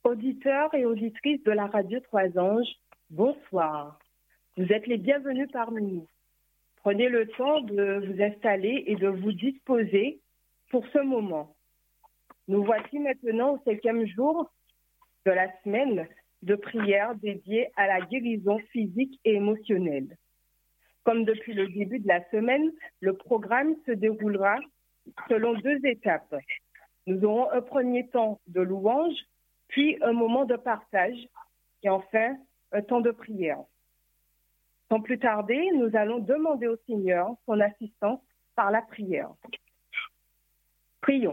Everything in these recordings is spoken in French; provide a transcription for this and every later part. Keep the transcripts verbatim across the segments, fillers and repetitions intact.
Auditeurs et auditrices de la radio Trois Anges, bonsoir. Vous êtes les bienvenus parmi nous. Prenez le temps de vous installer et de vous disposer pour ce moment. Nous voici maintenant au cinquième jour de la semaine de prière dédiée à la guérison physique et émotionnelle. Comme depuis le début de la semaine, le programme se déroulera selon deux étapes. Nous aurons un premier temps de louange, puis un moment de partage et enfin un temps de prière. Sans plus tarder, nous allons demander au Seigneur son assistance par la prière. Prions.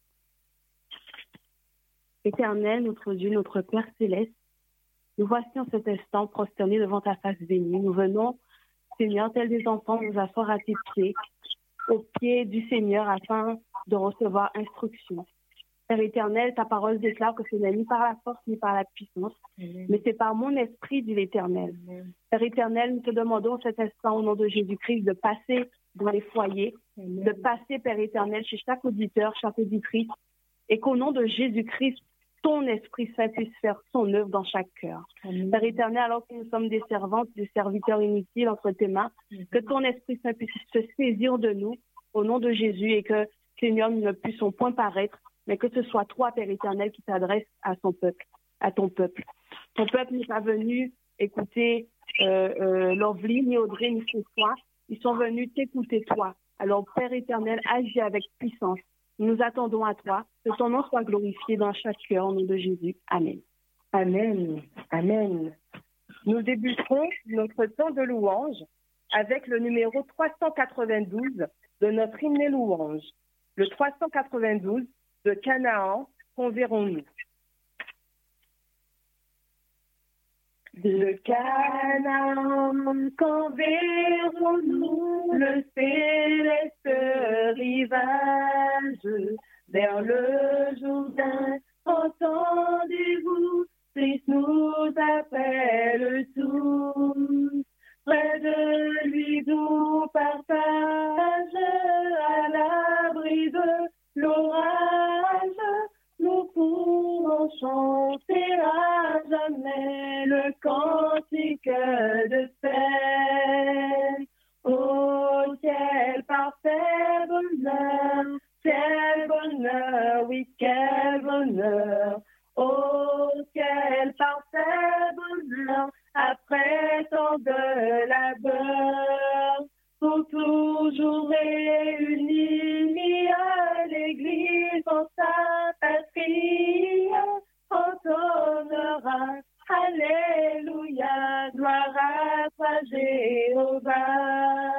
Éternel, notre Dieu, notre Père céleste, nous voici en cet instant prosternés devant ta face bénie. Nous venons, Seigneur, tels des enfants, nous asseoir à tes pieds, aux pieds du Seigneur, afin de recevoir instruction. Père éternel, ta parole déclare que ce n'est ni par la force ni par la puissance, Amen. Mais c'est par mon esprit, dit l'Éternel. Amen. Père éternel, nous te demandons cet instant au nom de Jésus-Christ de passer dans les foyers, Amen. De passer, Père éternel, chez chaque auditeur, chaque auditrice, et qu'au nom de Jésus-Christ, ton Esprit Saint puisse faire son œuvre dans chaque cœur. Amen. Père éternel, alors que nous sommes des servantes, des serviteurs inutiles entre tes mains, Amen. Que ton Esprit Saint puisse se saisir de nous au nom de Jésus et que, Seigneur, nous ne puissions point paraître, mais que ce soit toi, Père éternel, qui t'adresse à son peuple, à ton peuple. Ton peuple n'est pas venu écouter euh, euh, Lovely, ni Audrey, ni ce soir. Ils sont venus t'écouter toi. Alors, Père éternel, agis avec puissance. Nous attendons à toi. Que ton nom soit glorifié dans chaque cœur, au nom de Jésus. Amen. Amen. Amen. Nous débuterons notre temps de louange avec le numéro trois cent quatre-vingt-douze de notre hymne louange. Le trois cent quatre-vingt-douze de Canaan, qu'enverrons-nous? De Canaan, qu'enverrons-nous le céleste rivage? Vers le Jourdain, entendez-vous, Christ nous appelle tous. Près de lui nous partage, à l'abri de l'orage, nous pourrons chanter à jamais le cantique de paix. Oh, quel parfait bonheur, quel bonheur, oui, quel bonheur. Oh, quel parfait bonheur, après tant de labeur, pour toujours réunis à l'Église en sa patrie, entonnera, alléluia, gloire à toi Jéhovah.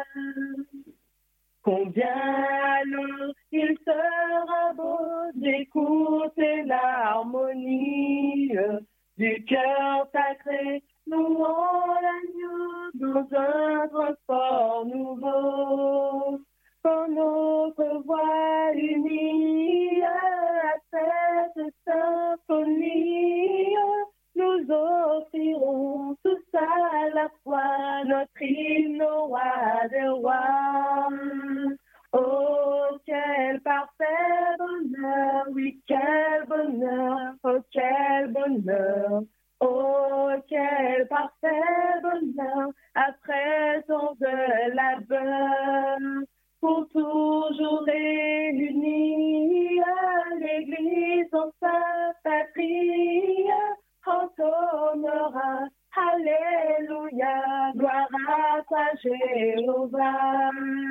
Combien alors il sera beau d'écouter l'harmonie du cœur sacré, louant l'agneau dans un transport nouveau. Quand notre voix unie à cette symphonie, nous offrirons tous à la fois notre hymne au roi des rois. Oh, quel parfait bonheur, oui, quel bonheur, oh, quel bonheur. Oh, quel parfait bonheur, après tant de labeur, pour toujours réunis à l'Église en sa patrie, entonnera, alléluia, gloire à toi Jéhovah.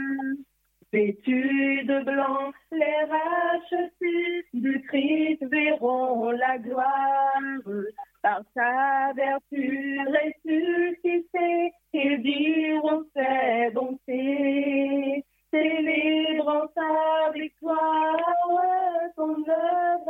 Vêtus de blanc, les rachetés du Christ verront la gloire. Par sa vertu ressuscitée, ils diront ses bontés. Célébrant sa victoire, son œuvre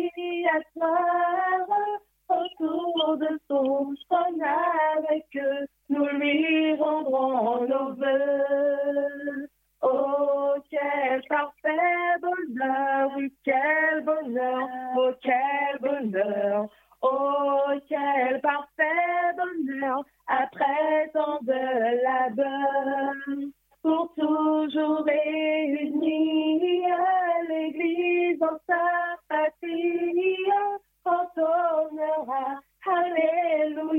expiatoire, autour de son trône avec eux, nous lui rendrons nos vœux. Oh, quel parfait bonheur, oui, quel bonheur, oh, quel bonheur. Oh, quel parfait bonheur, après tant de labeur, pour toujours réunis à l'Église en sa patrie, entonnera,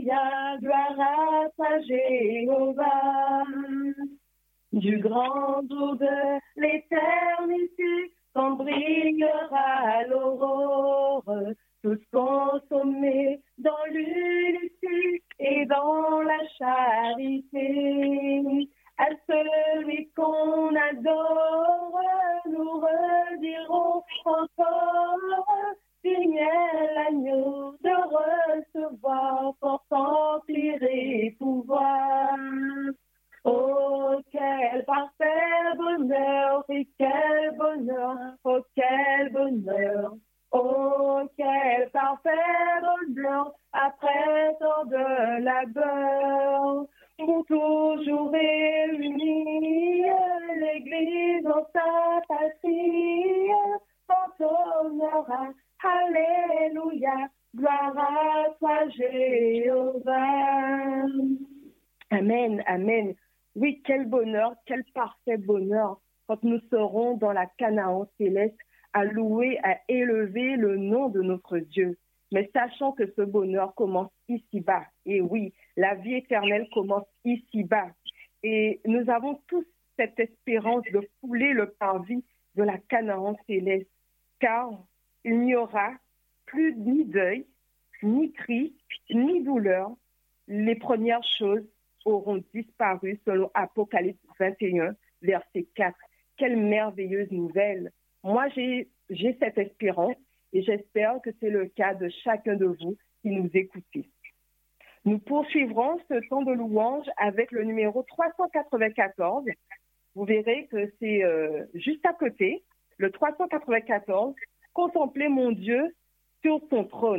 Alléluia, gloire à toi Jéhovah. Du grand jour de l'éternité, quand brillera l'aurore, tous consommés dans l'unité et dans la charité. À celui qu'on adore, nous redirons encore, signe l'agneau de recevoir force, empire et pouvoir. Oh, quel parfait bonheur, et quel bonheur, oh, quel bonheur. Oh, quel parfait bonheur, après tant de labeur. Pour toujours réunis, l'Église en sa patrie, entonnera, Alléluia, gloire à toi Jéhovah. Amen, amen. Oui, quel bonheur, quel parfait bonheur quand nous serons dans la Canaan céleste à louer, à élever le nom de notre Dieu. Mais sachant que ce bonheur commence ici-bas. Et oui, la vie éternelle commence ici-bas. Et nous avons tous cette espérance de fouler le parvis de la Canaan céleste, car il n'y aura plus ni deuil, ni cri, ni douleur. Les premières choses auront disparu selon Apocalypse vingt et un, verset quatre. Quelle merveilleuse nouvelle! Moi, j'ai, j'ai cette espérance et j'espère que c'est le cas de chacun de vous qui nous écoutez. Nous poursuivrons ce temps de louange avec le numéro trois cent quatre-vingt-quatorze. Vous verrez que c'est euh, juste à côté, le trois cent quatre-vingt-quatorze, « Contempler mon Dieu sur son trône ».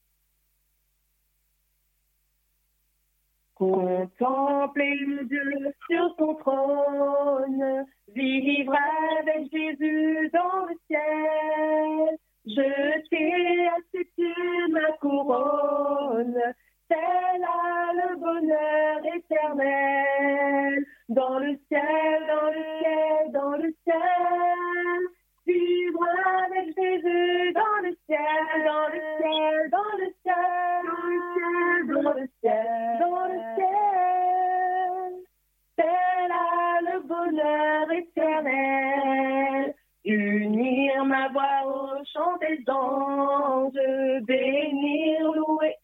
Contempler le Dieu sur son trône, vivre avec Jésus dans le ciel, jeter à ses pieds ma couronne, c'est là le bonheur éternel, dans le ciel, dans le ciel, dans le ciel, vivre avec Jésus dans le ciel, dans le ciel, dans le ciel, dans le ciel, dans le ciel, c'est là le bonheur éternel. Unir ma voix au chant des anges, bénir, louer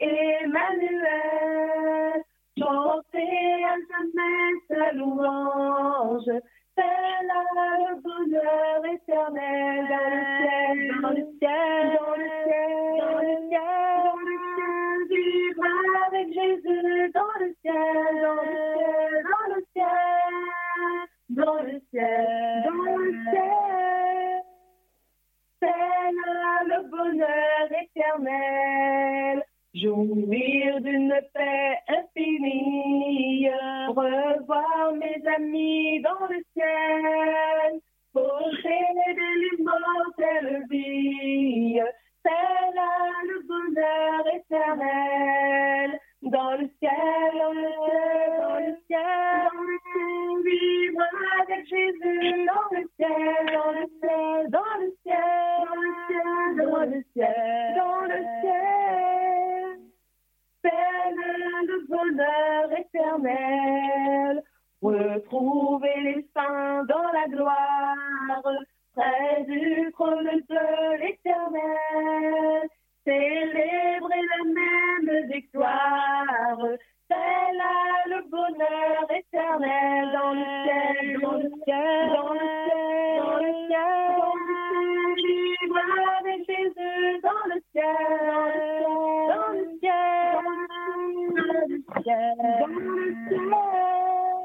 Emmanuel, chanter à jamais sa louange. C'est là le bonheur éternel, dans le ciel, dans le ciel, dans le ciel, dans le ciel, vivre avec Jésus dans le ciel, dans le ciel, dans le ciel, dans le ciel, c'est là le bonheur éternel. Jouir d'une paix infinie, revoir mes amis dans le ciel, posséder l'immortelle vie, c'est là le bonheur éternel. Dans le ciel, dans le ciel, dans le ciel, dans le ciel, vivre avec Jésus dans le ciel, dans le ciel, dans le ciel, dans le ciel, dans le ciel, c'est le bonheur éternel. Retrouver les saints dans la gloire, près du trône de l'éternel, célébrer la même victoire, c'est là le bonheur éternel. Dans le ciel, dans le ciel, dans le ciel, dans le ciel, vivre avec Jésus dans le ciel, dans le ciel, dans le ciel, dans le ciel,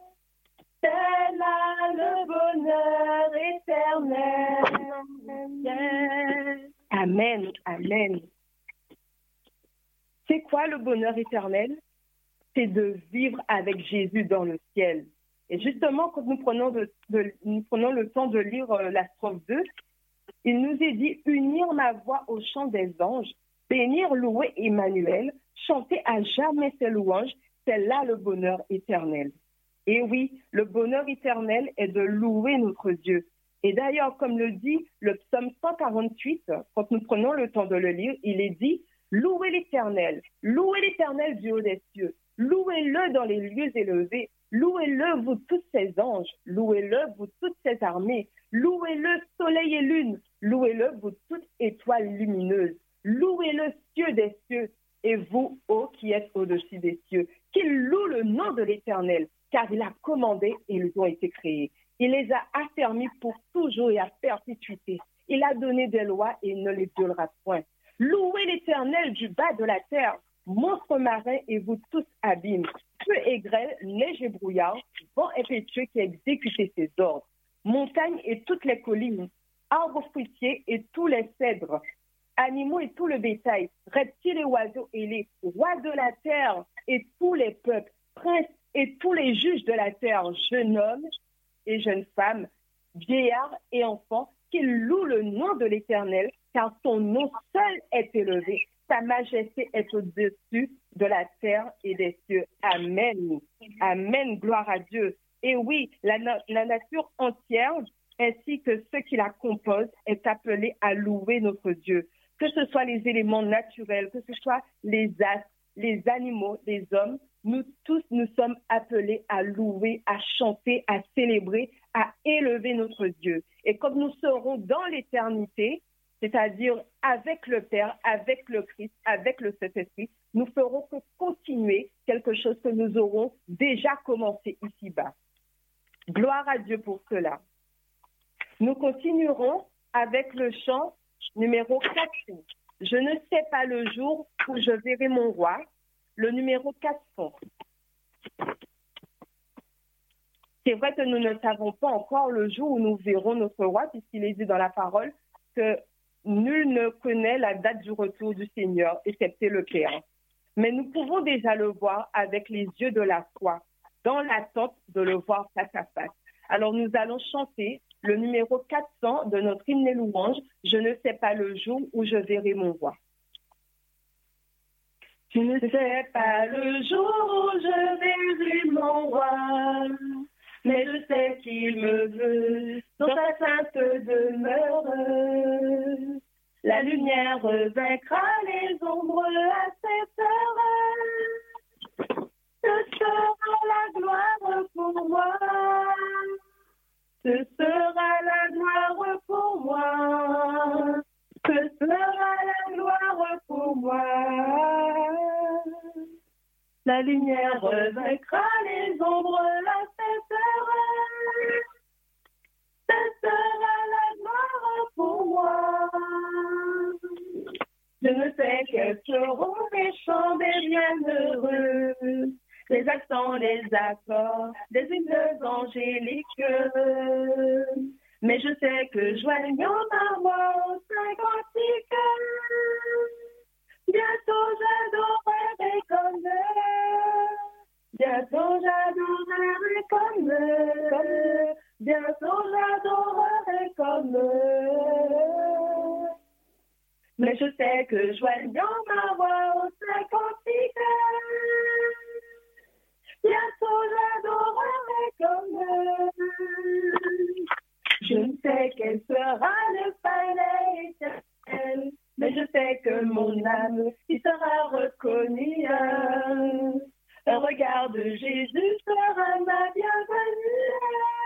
c'est là le bonheur éternel. Amen, amen. C'est quoi le bonheur éternel? C'est de vivre avec Jésus dans le ciel. Et justement, quand nous prenons, de, de, nous prenons le temps de lire euh, la strophe deux, il nous est dit « Unir ma voix au chant des anges, bénir, louer Emmanuel, chanter à jamais ses louanges, c'est là le bonheur éternel. » Et oui, le bonheur éternel est de louer notre Dieu. Et d'ailleurs, comme le dit le psaume cent quarante-huit, quand nous prenons le temps de le lire, il est dit Louez l'Éternel, louez l'Éternel du haut des cieux, louez-le dans les lieux élevés, louez-le, vous tous ses anges, louez-le, vous toutes ses armées, louez-le, soleil et lune, louez-le, vous toutes étoiles lumineuses, louez-le, cieux des cieux, et vous, ô qui êtes au-dessus des cieux, qu'il loue le nom de l'Éternel, car il a commandé et ils ont été créés. Il les a affermis pour toujours et à perpétuité. Il a donné des lois et il ne les violera point. Louez l'Éternel du bas de la terre, monstres marins et vous tous abîmes, feu et grêle, neige et brouillard, vent impétueux qui exécutez ses ordres, montagnes et toutes les collines, arbres fruitiers et tous les cèdres, animaux et tout le bétail, reptiles et oiseaux et les rois de la terre et tous les peuples, princes et tous les juges de la terre, jeunes hommes et jeunes femmes, vieillards et enfants, qu'ils louent le nom de l'Éternel, car son nom seul est élevé. Sa majesté est au-dessus de la terre et des cieux. Amen. Amen. Gloire à Dieu. Et oui, la, la nature entière, ainsi que ceux qui la composent, est appelée à louer notre Dieu. Que ce soit les éléments naturels, que ce soit les astres, les animaux, les hommes, nous tous, nous sommes appelés à louer, à chanter, à célébrer, à élever notre Dieu. Et comme nous serons dans l'éternité, c'est-à-dire avec le Père, avec le Christ, avec le Saint-Esprit, nous ferons que continuer quelque chose que nous aurons déjà commencé ici-bas. Gloire à Dieu pour cela. Nous continuerons avec le chant numéro quatre. Je ne sais pas le jour où je verrai mon roi, le numéro quatre cents. C'est vrai que nous ne savons pas encore le jour où nous verrons notre roi, puisqu'il est dit dans la parole que nul ne connaît la date du retour du Seigneur, excepté le Père. Mais nous pouvons déjà le voir avec les yeux de la foi, dans l'attente de le voir face à face. Alors nous allons chanter le numéro quatre cents de notre hymne et louange, « Je ne sais pas le jour où je verrai mon roi ». Je ne sais pas le jour où je verrai mon roi, mais je sais qu'il me veut dans sa sainte demeure. La lumière vaincra les ombres à cette heure. Ce sera la gloire pour moi. Ce sera la gloire pour moi. Ce sera la gloire pour moi. La lumière vaincra les ombres à cette heure. Ce sera la gloire pour moi. Je ne sais quels seront les chants des bienheureux, les accents, les accords, des hymnes angéliques. Mais je sais que joignant ma voix au saint cantique, bientôt j'adorerai comme eux. Bientôt j'adorerai comme eux. Comme eux. Bientôt j'adorerai comme eux. Mais je sais que joignant ma voix au saint cantique, bientôt j'adorerai comme eux. Je ne sais quel sera le palais éternel, mais je sais que mon âme y sera reconnue. Un regard de Jésus sera ma bienvenue.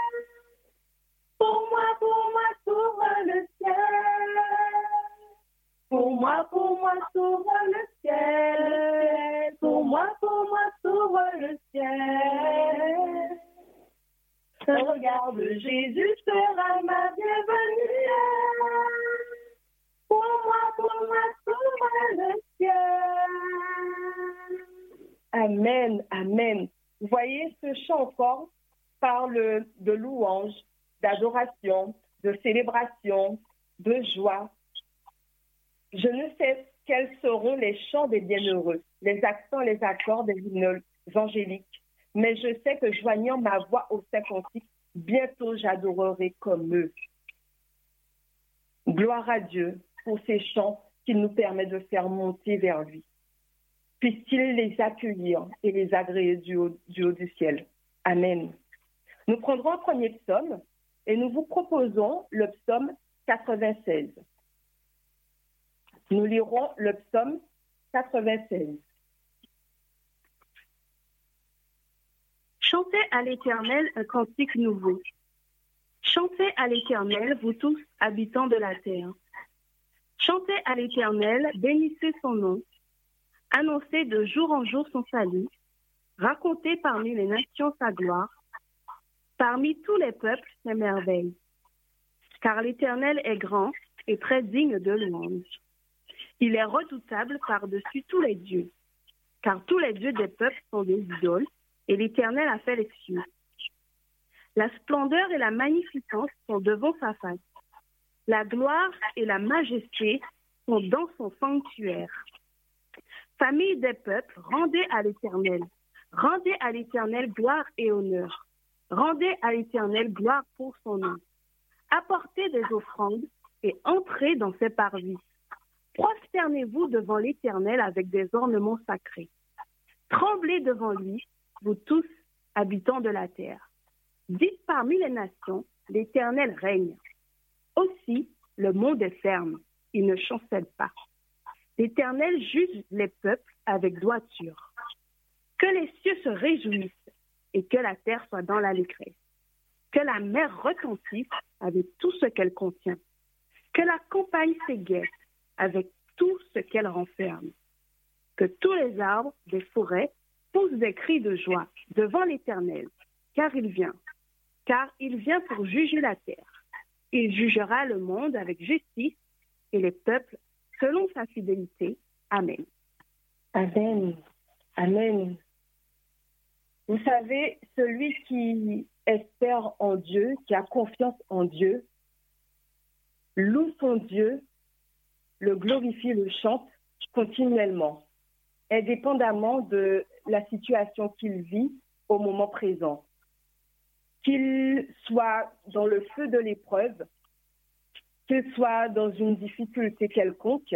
Pour moi, pour moi, s'ouvre le ciel. Pour moi, pour moi, s'ouvre le ciel. Pour moi, pour moi, s'ouvre le ciel. Un regard de Jésus sera ma bienvenue. Pour moi, pour moi, s'ouvre le ciel. Amen, amen. Vous voyez, ce chant encore parle de louange, d'adoration, de célébration, de joie. Je ne sais quels seront les chants des bienheureux, les accents, les accords des hymnes angéliques, mais je sais que joignant ma voix au saint cantique, bientôt j'adorerai comme eux. Gloire à Dieu pour ces chants qu'il nous permet de faire monter vers lui. Puisse-t-il les accueillir et les agréer du haut, du haut du ciel. Amen. Nous prendrons un premier psaume et nous vous proposons le psaume quatre-vingt-seize. Nous lirons le psaume quatre-vingt-seize. Chantez à l'Éternel un cantique nouveau. Chantez à l'Éternel, vous tous, habitants de la terre. Chantez à l'Éternel, bénissez son nom. Annoncez de jour en jour son salut. Racontez parmi les nations sa gloire. Parmi tous les peuples ses merveilles. Car l'Éternel est grand et très digne de louange. Il est redoutable par-dessus tous les dieux. Car tous les dieux des peuples sont des idoles, et l'Éternel a fait les cieux. La splendeur et la magnificence sont devant sa face. La gloire et la majesté sont dans son sanctuaire. Famille des peuples, rendez à l'Éternel. Rendez à l'Éternel gloire et honneur. Rendez à l'Éternel gloire pour son nom. Apportez des offrandes et entrez dans ses parvis. Prosternez-vous devant l'Éternel avec des ornements sacrés. Tremblez devant lui, vous tous, habitants de la terre. Dites parmi les nations, l'Éternel règne. Aussi, le monde est ferme, il ne chancelle pas. L'Éternel juge les peuples avec droiture. Que les cieux se réjouissent et que la terre soit dans l'allégresse. Que la mer retentisse avec tout ce qu'elle contient. Que la campagne s'égaie avec tout ce qu'elle renferme. Que tous les arbres des forêts poussent des cris de joie devant l'Éternel, car il vient. Car il vient pour juger la terre. Il jugera le monde avec justice et les peuples selon sa fidélité. Amen. Amen. Amen. Vous savez, celui qui espère en Dieu, qui a confiance en Dieu, loue son Dieu, le glorifie, le chante continuellement, indépendamment de la situation qu'il vit au moment présent. Qu'il soit dans le feu de l'épreuve, qu'il soit dans une difficulté quelconque,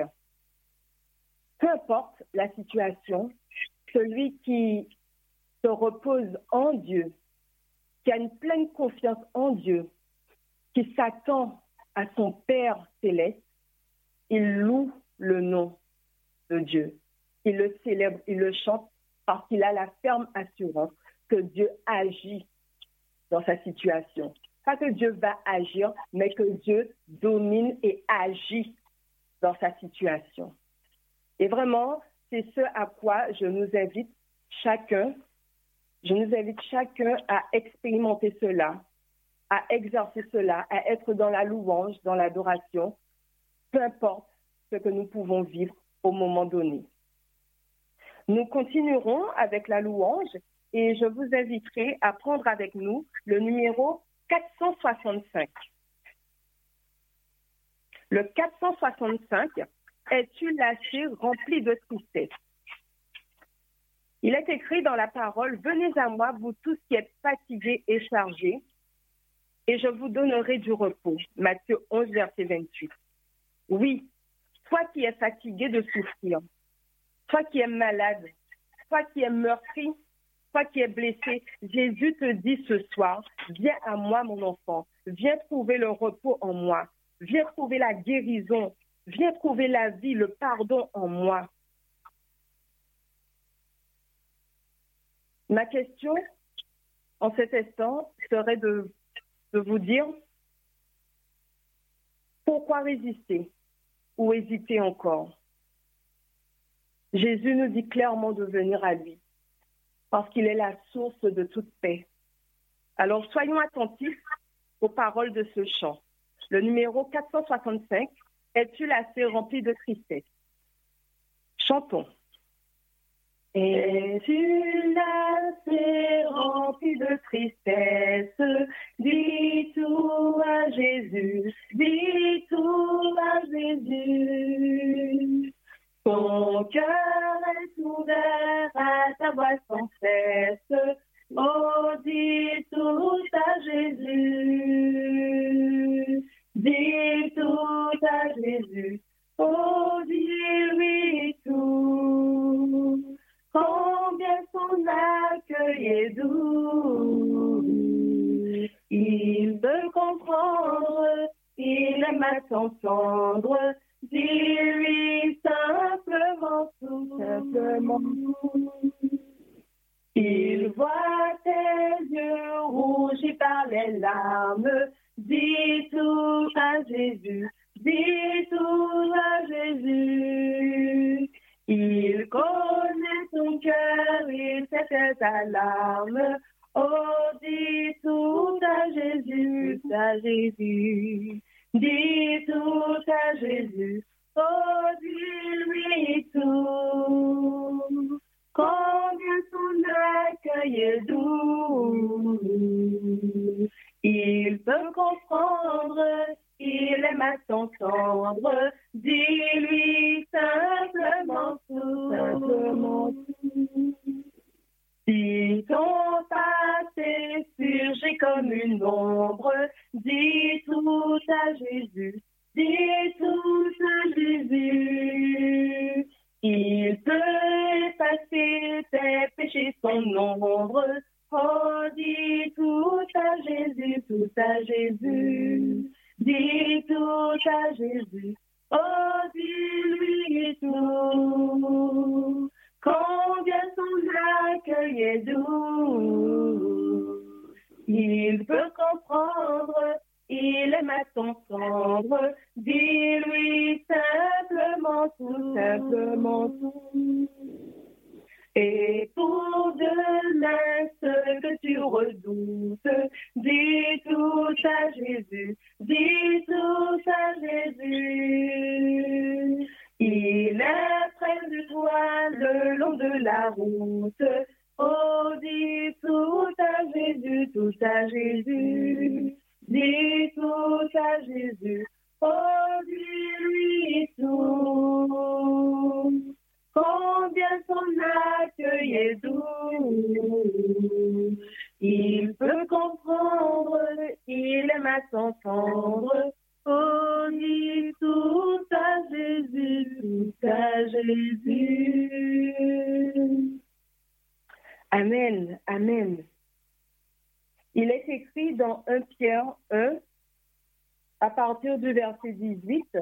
peu importe la situation, celui qui se repose en Dieu, qui a une pleine confiance en Dieu, qui s'attend à son Père céleste, il loue le nom de Dieu. Il le célèbre, il le chante parce qu'il a la ferme assurance que Dieu agit dans sa situation. Pas que Dieu va agir, mais que Dieu domine et agit dans sa situation. Et vraiment, c'est ce à quoi je nous invite chacun, je nous invite chacun à expérimenter cela, à exercer cela, à être dans la louange, dans l'adoration, peu importe ce que nous pouvons vivre au moment donné. Nous continuerons avec la louange et je vous inviterai à prendre avec nous le numéro quatre cent soixante-cinq. Le quatre cent soixante-cinq est une lâcher remplie de tristesse. Il est écrit dans la parole « Venez à moi, vous tous qui êtes fatigués et chargés, et je vous donnerai du repos. » Matthieu onze, verset vingt-huit. Oui, toi qui es fatigué de souffrir, toi qui es malade, toi qui es meurtri, toi qui es blessé, Jésus te dit ce soir, viens à moi mon enfant, viens trouver le repos en moi, viens trouver la guérison, viens trouver la vie, le pardon en moi. Ma question en cet instant serait de, de vous dire pourquoi résister ou hésiter encore? Jésus nous dit clairement de venir à lui parce qu'il est la source de toute paix. Alors soyons attentifs aux paroles de ce chant. Le numéro quatre cent soixante-cinq, es-tu lassé rempli de tristesse? Chantons. Es-tu lassé rempli de tristesse? Dis tout à Jésus, dis tout à Jésus. Ton cœur est ouvert à ta voix sans cesse. Oh, dis tout à Jésus. Dis tout à Jésus. Oh, dis-lui tout. Combien son accueil est doux. Il veut comprendre, il aime à t'entendre. Dis-lui simplement tout. simplement tout. Il voit tes yeux rougis par les larmes. Dis tout à Jésus, dis tout à Jésus. Il connaît ton cœur, il sait tes alarmes. Oh, dis tout à Jésus, à Jésus. Dis tout à Jésus, oh, dis-lui tout. Combien son accueil est doux. Il peut comprendre, il aime à t'entendre. Dis-lui simplement tout. Simplement tout. Si ton passé surgit comme une ombre, dis tout à Jésus, dis tout à Jésus. Il peut effacer tes péchés sans nombre. Oh, dis tout à Jésus, tout à Jésus. Dis tout à Jésus. Oh, dis-lui tout. Combien son accueil est doux. Il peut comprendre, il aime à t'entendre. Dis-lui simplement tout, simplement tout. Et pour demain, ce que tu redoutes, dis tout à Jésus, dis tout à Jésus. Il est près de toi le long de la route. Oh, dis tout à Jésus, tout à Jésus. Dis tout à Jésus. Oh, dis-lui tout. Combien son accueil est doux. Il peut comprendre, il aime à s'entendre. Oh, dis tout à Jésus, tout à Jésus. Amen, amen. Il est écrit dans premier Pierre un, à partir du verset dix-huit,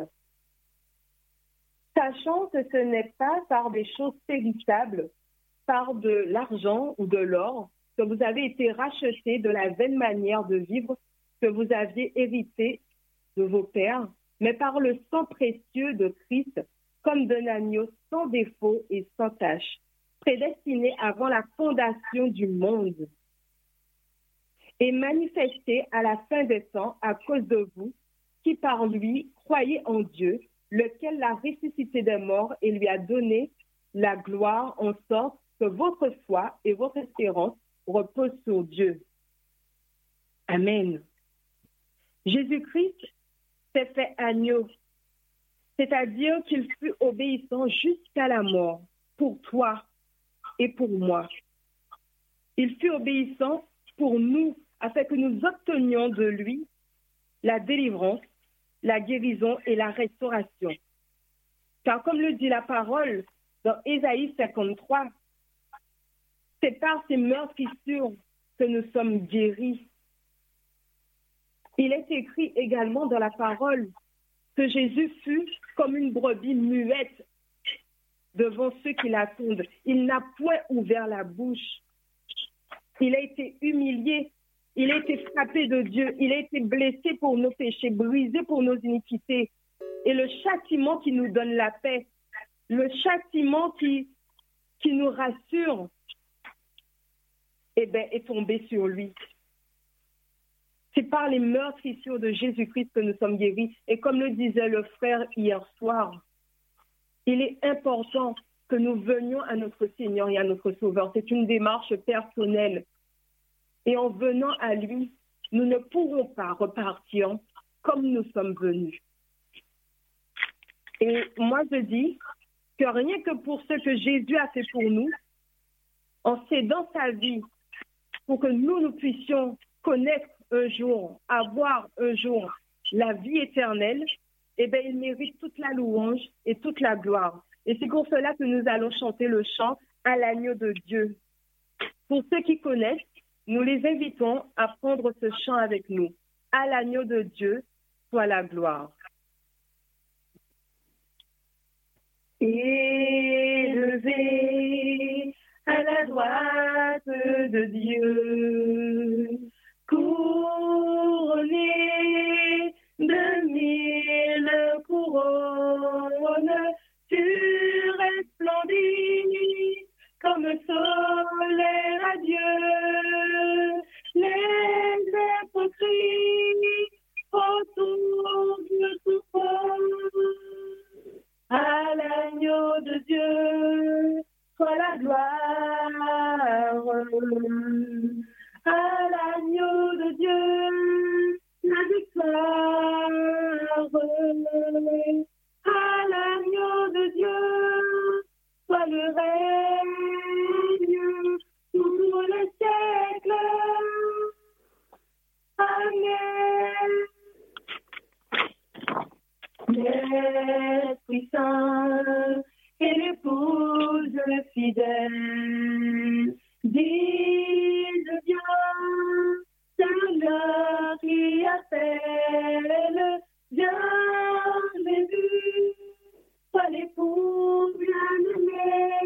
« Sachant que ce n'est pas par des choses périssables, par de l'argent ou de l'or, que vous avez été rachetés de la vaine manière de vivre que vous aviez hérité de vos pères, mais par le sang précieux de Christ, comme d'un agneau sans défaut et sans tache, prédestiné avant la fondation du monde, et manifesté à la fin des temps à cause de vous, qui par lui croyez en Dieu, lequel l'a ressuscité des morts et lui a donné la gloire, en sorte que votre foi et votre espérance reposent sur Dieu. Amen. Jésus-Christ s'est fait agneau, c'est-à-dire qu'il fut obéissant jusqu'à la mort, pour toi et pour moi. Il fut obéissant pour nous, afin que nous obtenions de lui la délivrance, la guérison et la restauration. Car comme le dit la parole dans Ésaïe cinquante-trois, c'est par ces meurtrissures que nous sommes guéris. Il est écrit également dans la parole que Jésus fut comme une brebis muette devant ceux qui l'attendent. Il n'a point ouvert la bouche. Il a été humilié. Il a été frappé de Dieu. Il a été blessé pour nos péchés, brisé pour nos iniquités. Et le châtiment qui nous donne la paix, le châtiment qui, qui nous rassure, eh bien, est tombé sur lui. C'est par les meurtrissures de Jésus-Christ que nous sommes guéris. Et comme le disait le frère hier soir, il est important que nous venions à notre Seigneur et à notre Sauveur. C'est une démarche personnelle. Et en venant à lui, nous ne pourrons pas repartir comme nous sommes venus. Et moi, je dis que rien que pour ce que Jésus a fait pour nous, en cédant sa vie, pour que nous, nous puissions connaître un jour, avoir un jour la vie éternelle, eh bien, il mérite toute la louange et toute la gloire. Et c'est pour cela que nous allons chanter le chant à l'agneau de Dieu. Pour ceux qui connaissent, nous les invitons à prendre ce chant avec nous. À l'agneau de Dieu, soit la gloire. Élevé de Dieu, couronné de mille couronnes, tu resplendis comme soleil radieux. Les êtres crient autour de ton corps. À l'agneau de Dieu, soit la gloire. À l'agneau de Dieu, la victoire. À l'agneau de Dieu, soit le règne pour tous les siècles. Amen. L'Esprit Saint et l'épouse fidèle disent bien, Seigneur qui appelle, viens Jésus, sois l'époux bien-aimé,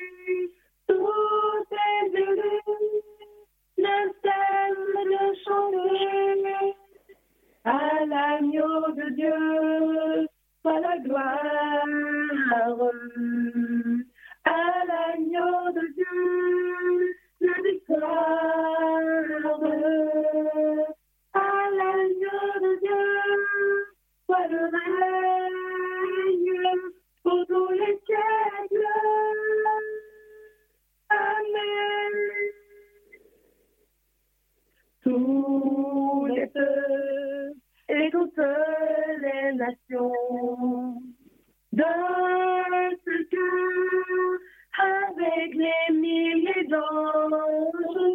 tout est bleu, le thème de chanter. À l'agneau de Dieu, soit la gloire. À l'agneau de Dieu, la victoire. À l'agneau de Dieu, soit le règne pour tous les siècles. Amen. Tous les peuples et toutes les nations dans ce cœur avec les milliers d'anges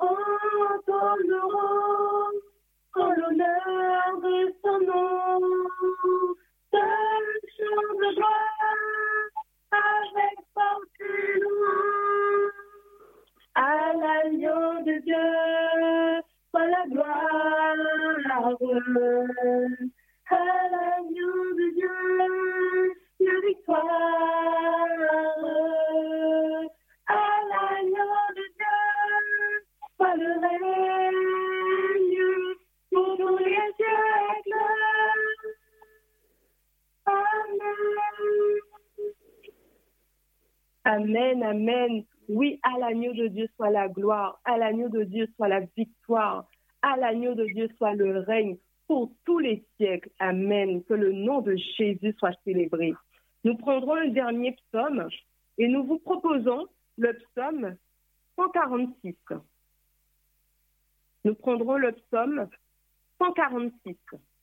entendront en l'honneur de son nom seul chant de gloire avec force et louange. À l'agneau de Dieu soit la gloire. À l'agneau de Dieu, la victoire. À l'agneau de Dieu, soit le règne pour tous les siècles. Amen. Amen, amen. Oui, à l'agneau de Dieu soit la gloire, à l'agneau de Dieu soit la victoire, à l'agneau de Dieu soit le règne pour tous les siècles. Amen. Que le nom de Jésus soit célébré. Nous prendrons le dernier psaume et nous vous proposons le psaume cent quarante-six. Nous prendrons le psaume cent quarante-six.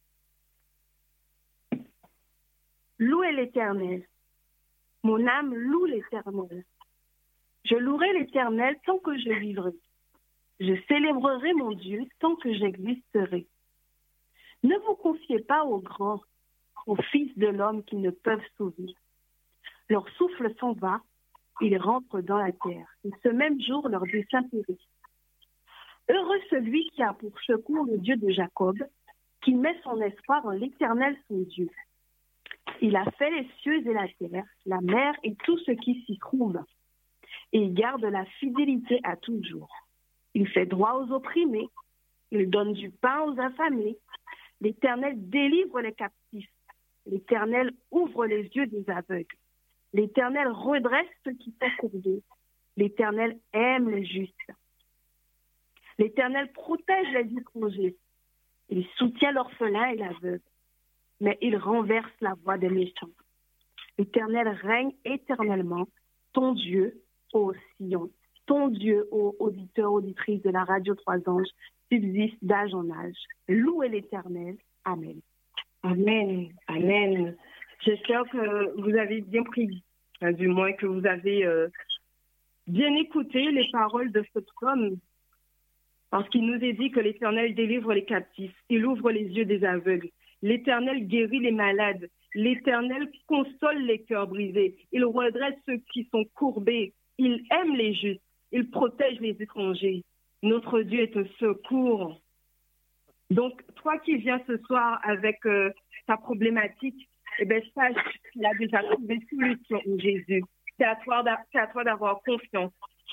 Louez l'Éternel. Mon âme loue l'Éternel. Je louerai l'Éternel tant que je vivrai. Je célébrerai mon Dieu tant que j'existerai. Ne vous confiez pas aux grands, aux fils de l'homme qui ne peuvent sauver. Leur souffle s'en va, ils rentrent dans la terre. Et ce même jour, leur dessein périt. Heureux celui qui a pour secours le Dieu de Jacob, qui met son espoir en l'Éternel son Dieu. Il a fait les cieux et la terre, la mer et tout ce qui s'y trouve. Et il garde la fidélité à toujours. Il fait droit aux opprimés. Il donne du pain aux affamés. L'Éternel délivre les captifs. L'Éternel ouvre les yeux des aveugles. L'Éternel redresse ceux qui sont courbés. L'Éternel aime les justes. L'Éternel protège les étrangers. Il soutient l'orphelin et l'aveugle. Mais il renverse la voie des méchants. L'Éternel règne éternellement. Ton Dieu, ô Sion, ton Dieu, ô auditeur, auditrice de la radio Trois Anges, subsiste d'âge en âge. Louez l'Éternel. Amen. Amen. Amen. J'espère que vous avez bien pris, hein, du moins que vous avez euh, bien écouté les paroles de ce psaume, parce qu'il nous est dit que l'Éternel délivre les captifs, il ouvre les yeux des aveugles, l'Éternel guérit les malades, l'Éternel console les cœurs brisés, il redresse ceux qui sont courbés, il aime les justes, il protège les étrangers. Notre Dieu est un secours. Donc, toi qui viens ce soir avec euh, ta problématique, eh bien, sache qu'il a déjà trouvé solution, Jésus. C'est à toi d'avoir confiance.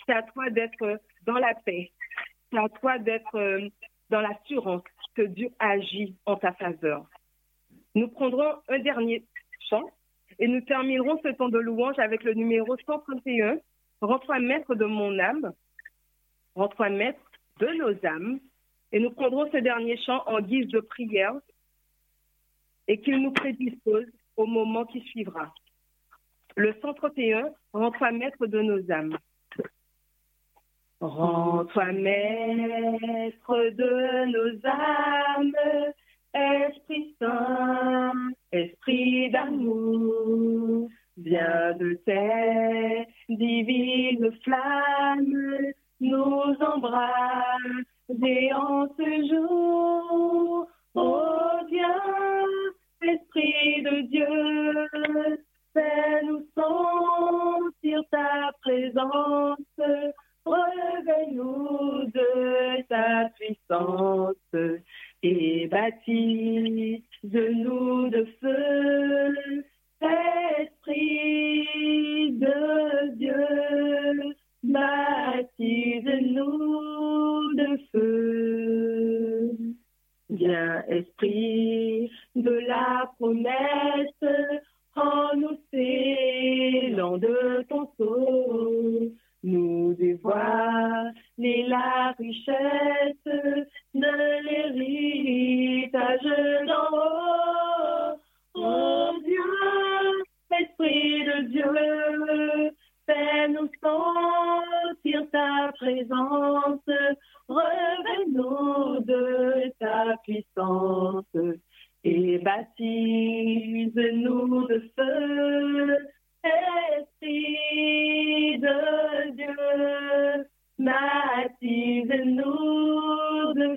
C'est à toi d'être dans la paix. C'est à toi d'être dans l'assurance que Dieu agit en ta faveur. Nous prendrons un dernier chant et nous terminerons ce temps de louange avec le numéro cent trente et un. Rends-toi maître de mon âme. Rends-toi maître de nos âmes. Et nous prendrons ce dernier chant en guise de prière et qu'il nous prédispose au moment qui suivra. Le cent trente et un, rends-toi maître de nos âmes. Rends-toi maître de nos âmes, Esprit Saint, Esprit d'amour, viens de tes divines flammes, nous embrasse et en ce jour, oh viens, Esprit de Dieu, fais-nous sentir ta présence, réveille-nous de ta puissance et baptise-nous de feu, Esprit de Dieu, baptise-nous de feu. Viens, Esprit de la promesse, en nous scellant de ton sceau, nous dévoiler la richesse de l'héritage d'en haut. Oh Dieu, Esprit de Dieu, fais-nous sentir ta présence, révèle-nous de ta puissance et baptise-nous de feu, Esprit de Dieu, baptise-nous de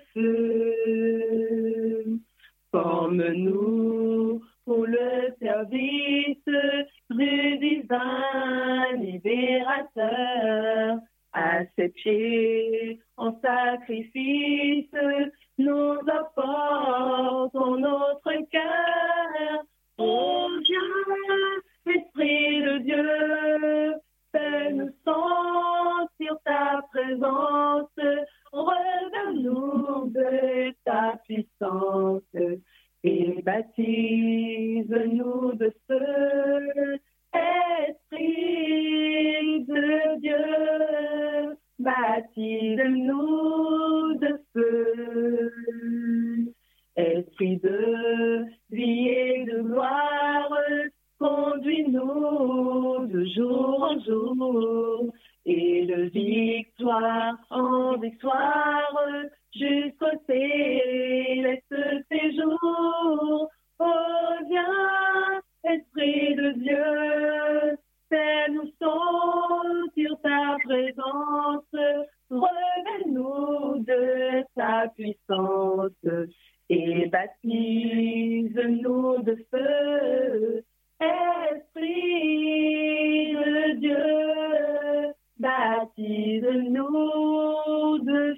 feu. Forme-nous pour le service du divin libérateur. À ses pieds, en sacrifice, nous apportons notre cœur. Oh Dieu, Esprit de Dieu, fais-nous sentir ta présence, révèle-nous de ta puissance et baptise-nous de feu, Esprit de Dieu, baptise-nous de feu. Esprit de vie et de gloire, conduis-nous de jour en jour et de victoire en victoire jusqu'au céleste séjour. Oh viens, Esprit de Dieu, fais-nous sentir ta présence, révèle-nous de ta puissance et baptise-nous de feu, Esprit de Dieu, baptise-nous de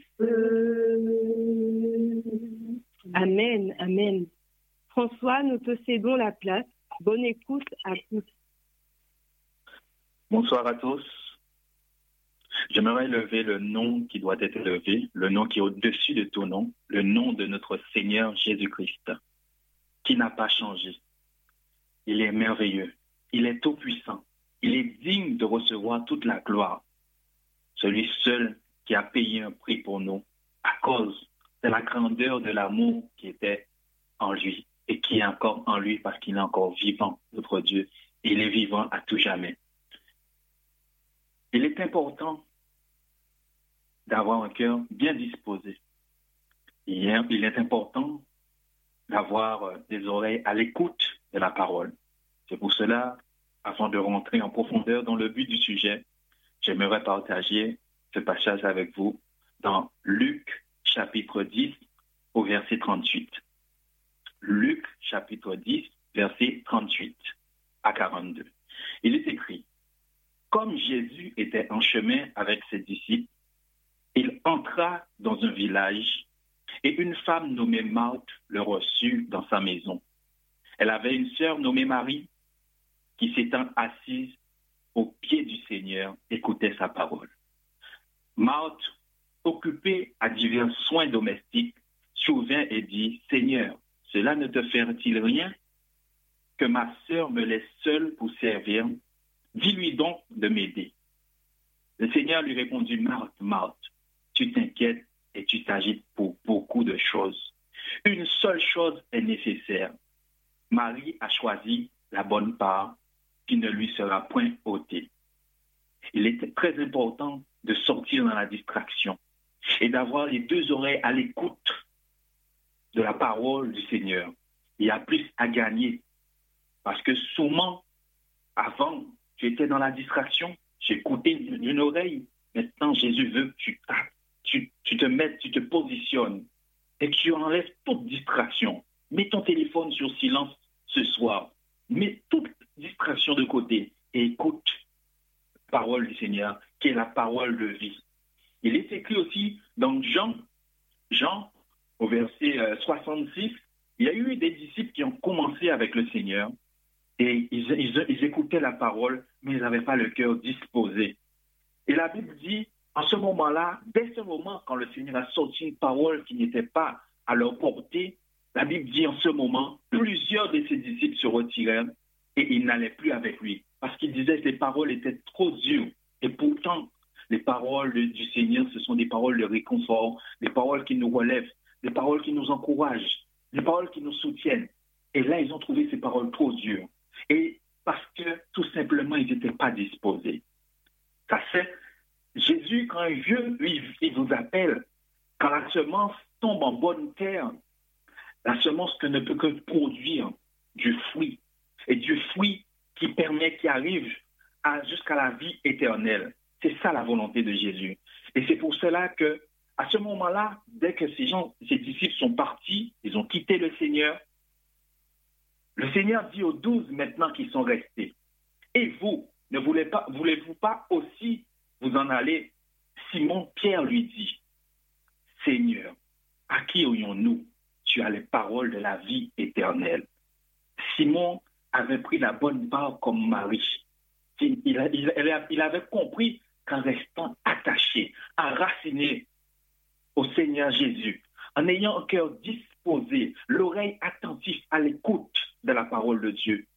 feu. Amen, amen. François, nous te cédons la place. Bonne écoute à tous. Bonsoir à tous. J'aimerais élever le nom qui doit être élevé, le nom qui est au-dessus de tout nom, le nom de notre Seigneur Jésus-Christ, qui n'a pas changé. Il est merveilleux, il est tout-puissant, il est digne de recevoir toute la gloire. Celui seul qui a payé un prix pour nous, à cause de la grandeur de l'amour qui était en lui et qui est encore en lui parce qu'il est encore vivant, notre Dieu. Il est vivant à tout jamais. Il est important d'avoir un cœur bien disposé. Il est important d'avoir des oreilles à l'écoute de la parole. C'est pour cela, avant de rentrer en profondeur dans le but du sujet, j'aimerais partager ce passage avec vous dans Luc chapitre dix au verset trente-huit. Luc chapitre dix, verset trente-huit à quarante-deux. Il est écrit: comme Jésus était en chemin avec ses disciples, il entra dans un village et une femme nommée Marthe le reçut dans sa maison. Elle avait une sœur nommée Marie qui, s'étant assise aux pieds du Seigneur, écoutait sa parole. Marthe, occupée à divers soins domestiques, survint et dit, « Seigneur, cela ne te fait-il rien que ma sœur me laisse seule pour servir? Dis-lui donc de m'aider. » Le Seigneur lui répondit, « Marthe, Marthe, tu t'inquiètes et tu t'agites pour beaucoup de choses. Une seule chose est nécessaire. Marie a choisi la bonne part qui ne lui sera point ôtée. » Il était très important de sortir dans la distraction et d'avoir les deux oreilles à l'écoute de la parole du Seigneur. Il y a plus à gagner parce que souvent, avant, tu étais dans la distraction, tu écoutais d'une oreille. Maintenant, Jésus veut que tu, tu, tu te mettes, tu te positionnes et que tu enlèves toute distraction. Mets ton téléphone sur silence ce soir. Mets toute distraction de côté et écoute la parole du Seigneur, qui est la parole de vie. Il est écrit aussi dans Jean, Jean, au verset soixante-six, il y a eu des disciples qui ont commencé avec le Seigneur et ils, ils, ils écoutaient la parole, mais ils n'avaient pas le cœur disposé. Et la Bible dit, en ce moment-là, dès ce moment, quand le Seigneur a sorti une parole qui n'était pas à leur portée, la Bible dit en ce moment, plusieurs de ses disciples se retirèrent et ils n'allaient plus avec lui. Parce qu'il disait que les paroles étaient trop dures. Et pourtant, les paroles du Seigneur, ce sont des paroles de réconfort, des paroles qui nous relèvent, des paroles qui nous encouragent, des paroles qui nous soutiennent. Et là, ils ont trouvé ces paroles trop dures. Et parce que, tout simplement, ils n'étaient pas disposés. Ça fait, Jésus, quand il vient, lui, il vous appelle, quand la semence tombe en bonne terre, la semence que ne peut que produire du fruit. Et du fruit qui permet, qui arrive à, jusqu'à la vie éternelle. C'est ça la volonté de Jésus. Et c'est pour cela que, à ce moment-là, dès que ces gens, ces disciples sont partis, ils ont quitté le Seigneur, le Seigneur dit aux douze maintenant qui sont restés, et vous, ne voulez pas, voulez-vous pas aussi vous en aller? Simon Pierre lui dit, Seigneur, à qui aurions-nous? Tu as les paroles de la vie éternelle. Simon avait pris la bonne part comme Marie. Il, il, il, il avait compris qu'en restant attaché, enraciné au Seigneur Jésus, en ayant un cœur disposé, l'oreille attentive à l'écoute de la parole de Dieu,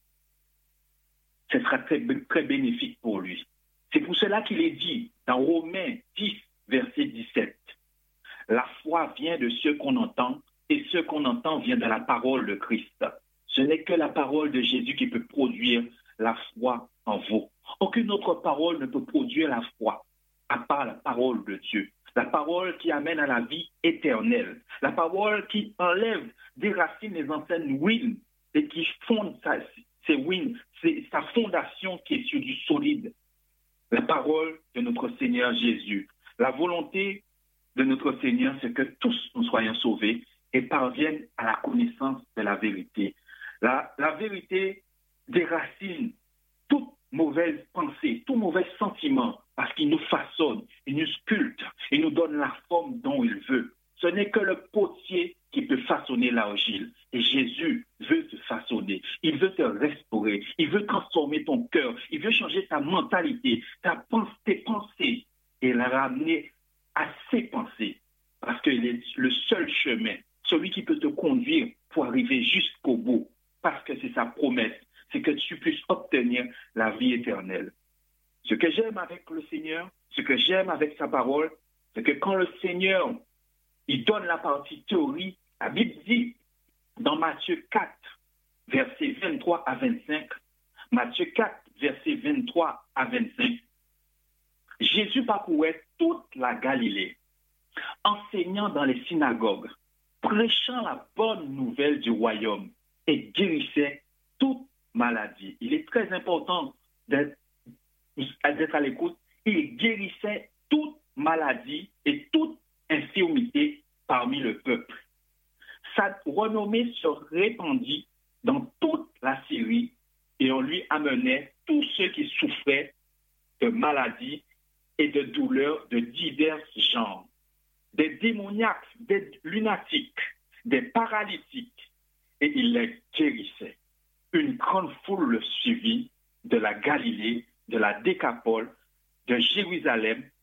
ce sera très, très bénéfique pour lui. C'est pour cela qu'il est dit dans Romains dix, verset dix-sept, la foi vient de ce qu'on entend et ce qu'on entend vient de la parole de Christ. Ce n'est que la parole de Jésus qui peut produire la foi en vous. Aucune autre parole ne peut produire la foi, à part la parole de Dieu. La parole qui amène à la vie éternelle. La parole qui enlève, déracine les anciennes ruines et qui fonde sa, ses ruines, ses, sa fondation qui est sur du solide. La parole de notre Seigneur Jésus. La volonté de notre Seigneur, c'est que tous nous soyons sauvés et parviennent à la connaissance de la vérité. La, la vérité déracine toute mauvaise pensée, tout mauvais sentiment, parce qu'il nous façonne, il nous sculpte, il nous donne la forme dont il veut. Ce n'est que le potier qui peut façonner l'argile. Et Jésus veut te façonner, il veut te restaurer, il veut transformer ton cœur, il veut changer ta mentalité, ta pensée, tes pensées, et la ramener à ses pensées, parce qu'il est le seul chemin, celui qui peut te conduire pour arriver jusqu'au bout. Parce que c'est sa promesse, c'est que tu puisses obtenir la vie éternelle. Ce que j'aime avec le Seigneur, ce que j'aime avec sa parole, c'est que quand le Seigneur, il donne la partie théorie, la Bible dit dans Matthieu quatre, versets vingt-trois à vingt-cinq, Matthieu quatre, versets vingt-trois à vingt-cinq, Jésus parcourait toute la Galilée, enseignant dans les synagogues, prêchant la bonne nouvelle du royaume, et guérissait toute maladie. Il est très important d'être, d'être à l'écoute. Il guérissait toute maladie et toute infirmité parmi le peuple. Sa renommée se répandit dans toute la Syrie et on lui amenait tous ceux qui souffraient de maladies et de douleurs de divers genres, des démoniaques, des lunatiques, des paralytiques, et il les guérissait. Une grande foule le suivit de la Galilée, de la Décapole, de Jérusalem,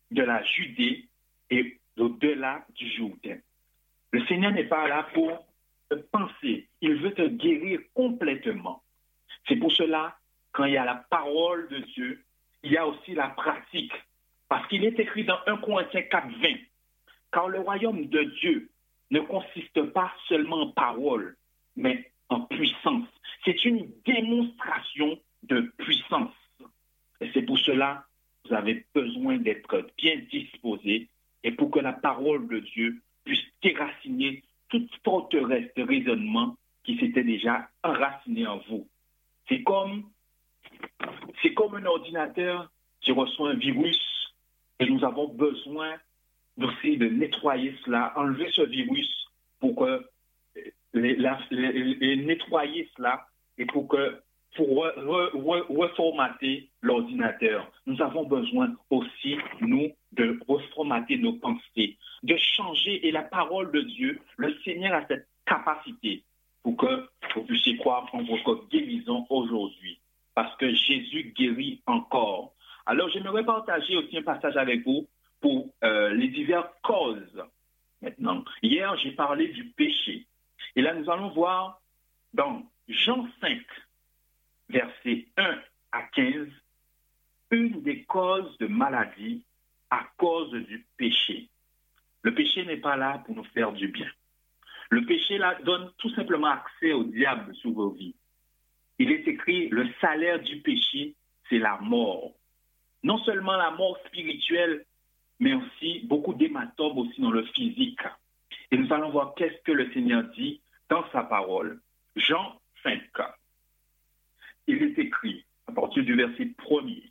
de la Judée et au-delà du Jourdain. Le Seigneur n'est pas là pour te penser, il veut te guérir complètement. C'est pour cela, quand il y a la parole de Dieu, il y a aussi la pratique. Parce qu'il est écrit dans premier Corinthiens quatre, vingt, car le royaume de Dieu ne consiste pas seulement en parole, mais en puissance. C'est une démonstration de puissance. Et c'est pour cela que vous avez besoin d'être bien disposé et pour que la parole de Dieu puisse déraciner toute forteresse de raisonnement qui s'était déjà enracinée en vous. C'est comme, c'est comme un ordinateur qui reçoit un virus et nous avons besoin d'essayer de nettoyer cela, enlever ce virus pour que les, la, les, les nettoyer cela et pour que pour re, re, re, reformater l'ordinateur. Nous avons besoin aussi, nous, de reformater nos pensées, de changer. Et la parole de Dieu, le Seigneur a cette capacité pour que vous puissiez croire en votre guérison aujourd'hui. Parce que Jésus guérit encore. Alors, j'aimerais partager aussi un passage avec vous pour euh, les diverses causes. Maintenant, hier, j'ai parlé du péché. Et là, nous allons voir dans Jean cinq, versets un à quinze, une des causes de maladie à cause du péché. Le péché n'est pas là pour nous faire du bien. Le péché là donne tout simplement accès au diable sur vos vies. Il est écrit, le salaire du péché, c'est la mort. Non seulement la mort spirituelle, mais aussi beaucoup d'hématomes aussi dans le physique. Et nous allons voir qu'est-ce que le Seigneur dit dans sa parole. Jean cinq. Il est écrit, à partir du verset premier.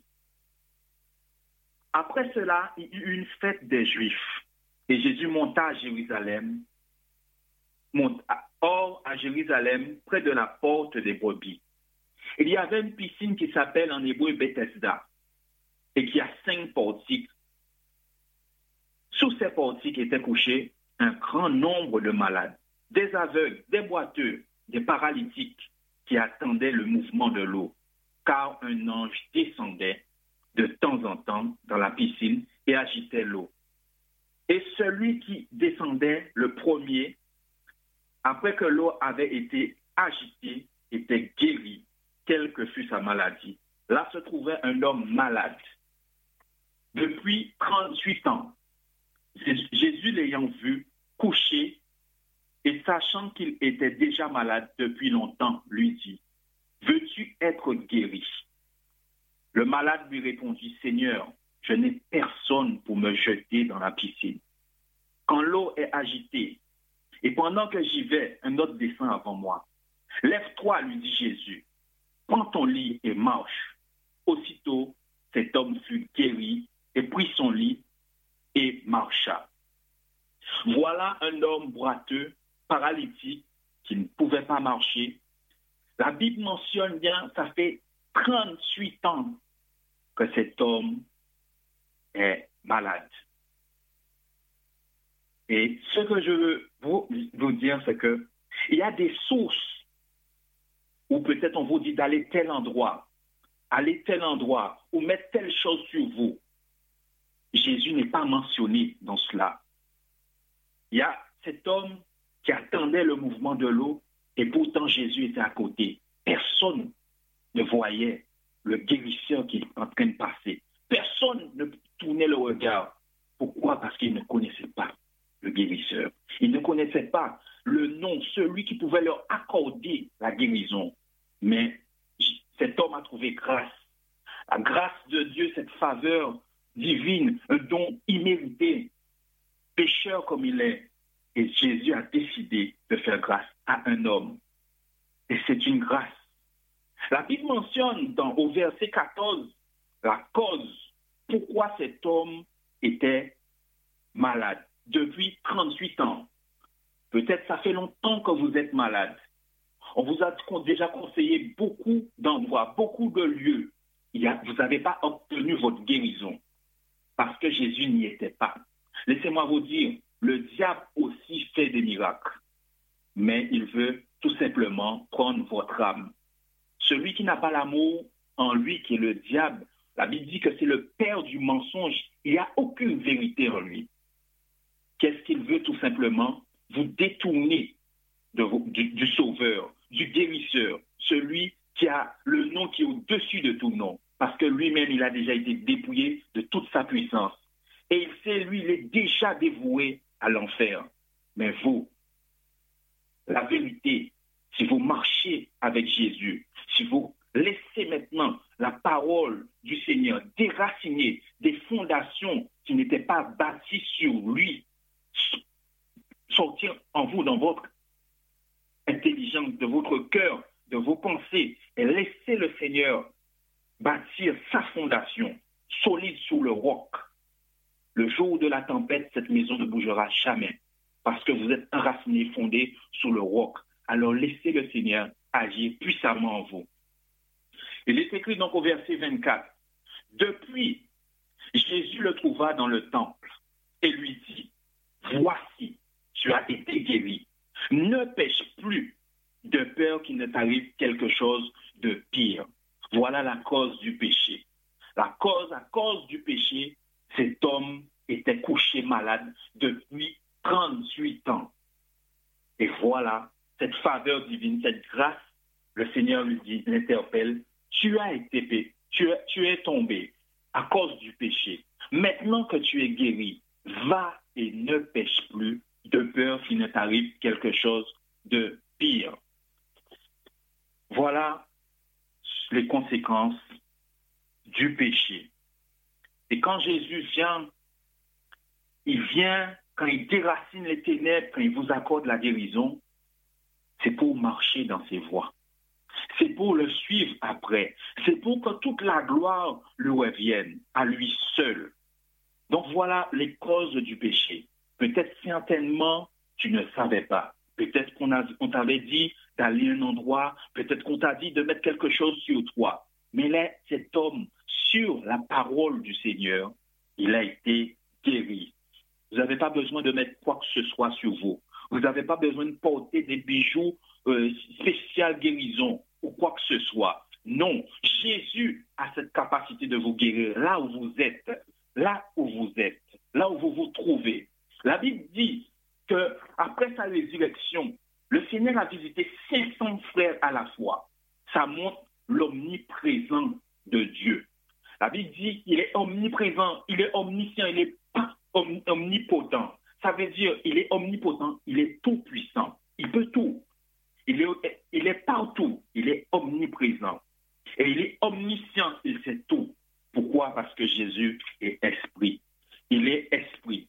Après cela, il y eut une fête des Juifs, et Jésus monta à Jérusalem, monta hors à Jérusalem, près de la porte des brebis. Il y avait une piscine qui s'appelle en hébreu Bethesda, et qui a cinq portiques. Sous ces portiques étaient couchés un grand nombre de malades, des aveugles, des boiteux, des paralytiques, qui attendaient le mouvement de l'eau, car un ange descendait de temps en temps dans la piscine et agitait l'eau. Et celui qui descendait le premier, après que l'eau avait été agitée, était guéri, quelle que fût sa maladie. Là se trouvait un homme malade. Depuis trente-huit ans, Jésus l'ayant vu couché et sachant qu'il était déjà malade depuis longtemps, lui dit, « Veux-tu être guéri ?» Le malade lui répondit, « Seigneur, je n'ai personne pour me jeter dans la piscine. Quand l'eau est agitée, et pendant que j'y vais, un autre descend avant moi. Lève-toi, lui dit Jésus, prends ton lit et marche. » Aussitôt, cet homme fut guéri et prit son lit et marcha. Voilà un homme boiteux, paralytique, qui ne pouvait pas marcher. La Bible mentionne bien, ça fait trente-huit ans que cet homme est malade. Et ce que je veux vous, vous dire, c'est que il y a des sources où peut-être on vous dit d'aller tel endroit, aller tel endroit, ou mettre telle chose sur vous. Jésus n'est pas mentionné dans cela. Il y a cet homme qui attendait le mouvement de l'eau et pourtant Jésus était à côté. Personne ne voyait le guérisseur qui est en train de passer. Personne ne tournait le regard. Pourquoi? Parce qu'il ne connaissait pas le guérisseur. Il ne connaissait pas le nom, celui qui pouvait leur accorder la guérison. Mais cet homme a trouvé grâce. La grâce de Dieu, cette faveur divine, un don immérité, pécheur comme il est. Et Jésus a décidé de faire grâce à un homme. Et c'est une grâce. La Bible mentionne dans, au verset quatorze la cause pourquoi cet homme était malade depuis trente-huit ans. Peut-être ça fait longtemps que vous êtes malade. On vous a déjà conseillé beaucoup d'endroits, beaucoup de lieux. Il y a, vous n'avez pas obtenu votre guérison parce que Jésus n'y était pas. Laissez-moi vous dire, le diable aussi fait des miracles, mais il veut tout simplement prendre votre âme. Celui qui n'a pas l'amour en lui, qui est le diable, La Bible dit que c'est le père du mensonge. Il n'y a aucune vérité en lui. Qu'est-ce qu'il veut tout simplement? Vous détourner de vos, du, du sauveur, du guérisseur, celui qui a le nom qui est au-dessus de tout nom, parce que lui-même, il a déjà été dépouillé de toute sa puissance. Et il sait, lui, il est déjà dévoué à l'enfer. Mais vous, la vérité, si vous marchez avec Jésus, si vous laissez maintenant la parole du Seigneur déraciner des fondations qui n'étaient pas bâties sur lui, sortir en vous, dans votre intelligence, de votre cœur, de vos pensées, et laissez le Seigneur bâtir sa fondation solide sur le roc. Le jour de la tempête, cette maison ne bougera jamais, parce que vous êtes enraciné, fondé sur le roc. Alors laissez le Seigneur agir puissamment en vous. Il est écrit donc au verset vingt-quatre, « Depuis, Jésus le trouva dans le temple et lui dit, « Voici, tu as été guéri. Ne pêche plus de peur qu'il ne t'arrive quelque chose de pire. » Voilà la cause du péché. La cause, à cause du péché, cet homme était couché malade depuis trente-huit ans. Et voilà, cette faveur divine, cette grâce, le Seigneur lui dit, l'interpelle, tu as été, tu es, tu es tombé à cause du péché. Maintenant que tu es guéri, va et ne pêche plus de peur qu'il ne t'arrive quelque chose de pire. Voilà les conséquences du péché. Et quand Jésus vient, il vient, quand il déracine les ténèbres, quand il vous accorde la guérison, c'est pour marcher dans ses voies. C'est pour le suivre après. C'est pour que toute la gloire lui revienne à lui seul. Donc voilà les causes du péché. Peut-être certainement tu ne savais pas. Peut-être qu'on a, on t'avait dit d'aller à un endroit, peut-être qu'on t'a dit de mettre quelque chose sur toi. Mais là, cet homme, sur la parole du Seigneur, il a été guéri. Vous n'avez pas besoin de mettre quoi que ce soit sur vous. Vous n'avez pas besoin de porter des bijoux euh, spécial guérison ou quoi que ce soit. Non, Jésus a cette capacité de vous guérir là où vous êtes, là où vous êtes, là où vous vous trouvez. La Bible dit qu'après sa résurrection, le Seigneur a visité cinq cents frères à la fois. Ça montre l'omniprésence de Dieu. La Bible dit qu'il est omniprésent, il est omniscient, il est omnipotent. Ça veut dire qu'il est omnipotent, il est tout puissant, il peut tout. Il est, il est partout, il est omniprésent. Et il est omniscient, il sait tout. Pourquoi? Parce que Jésus est esprit. Il est esprit.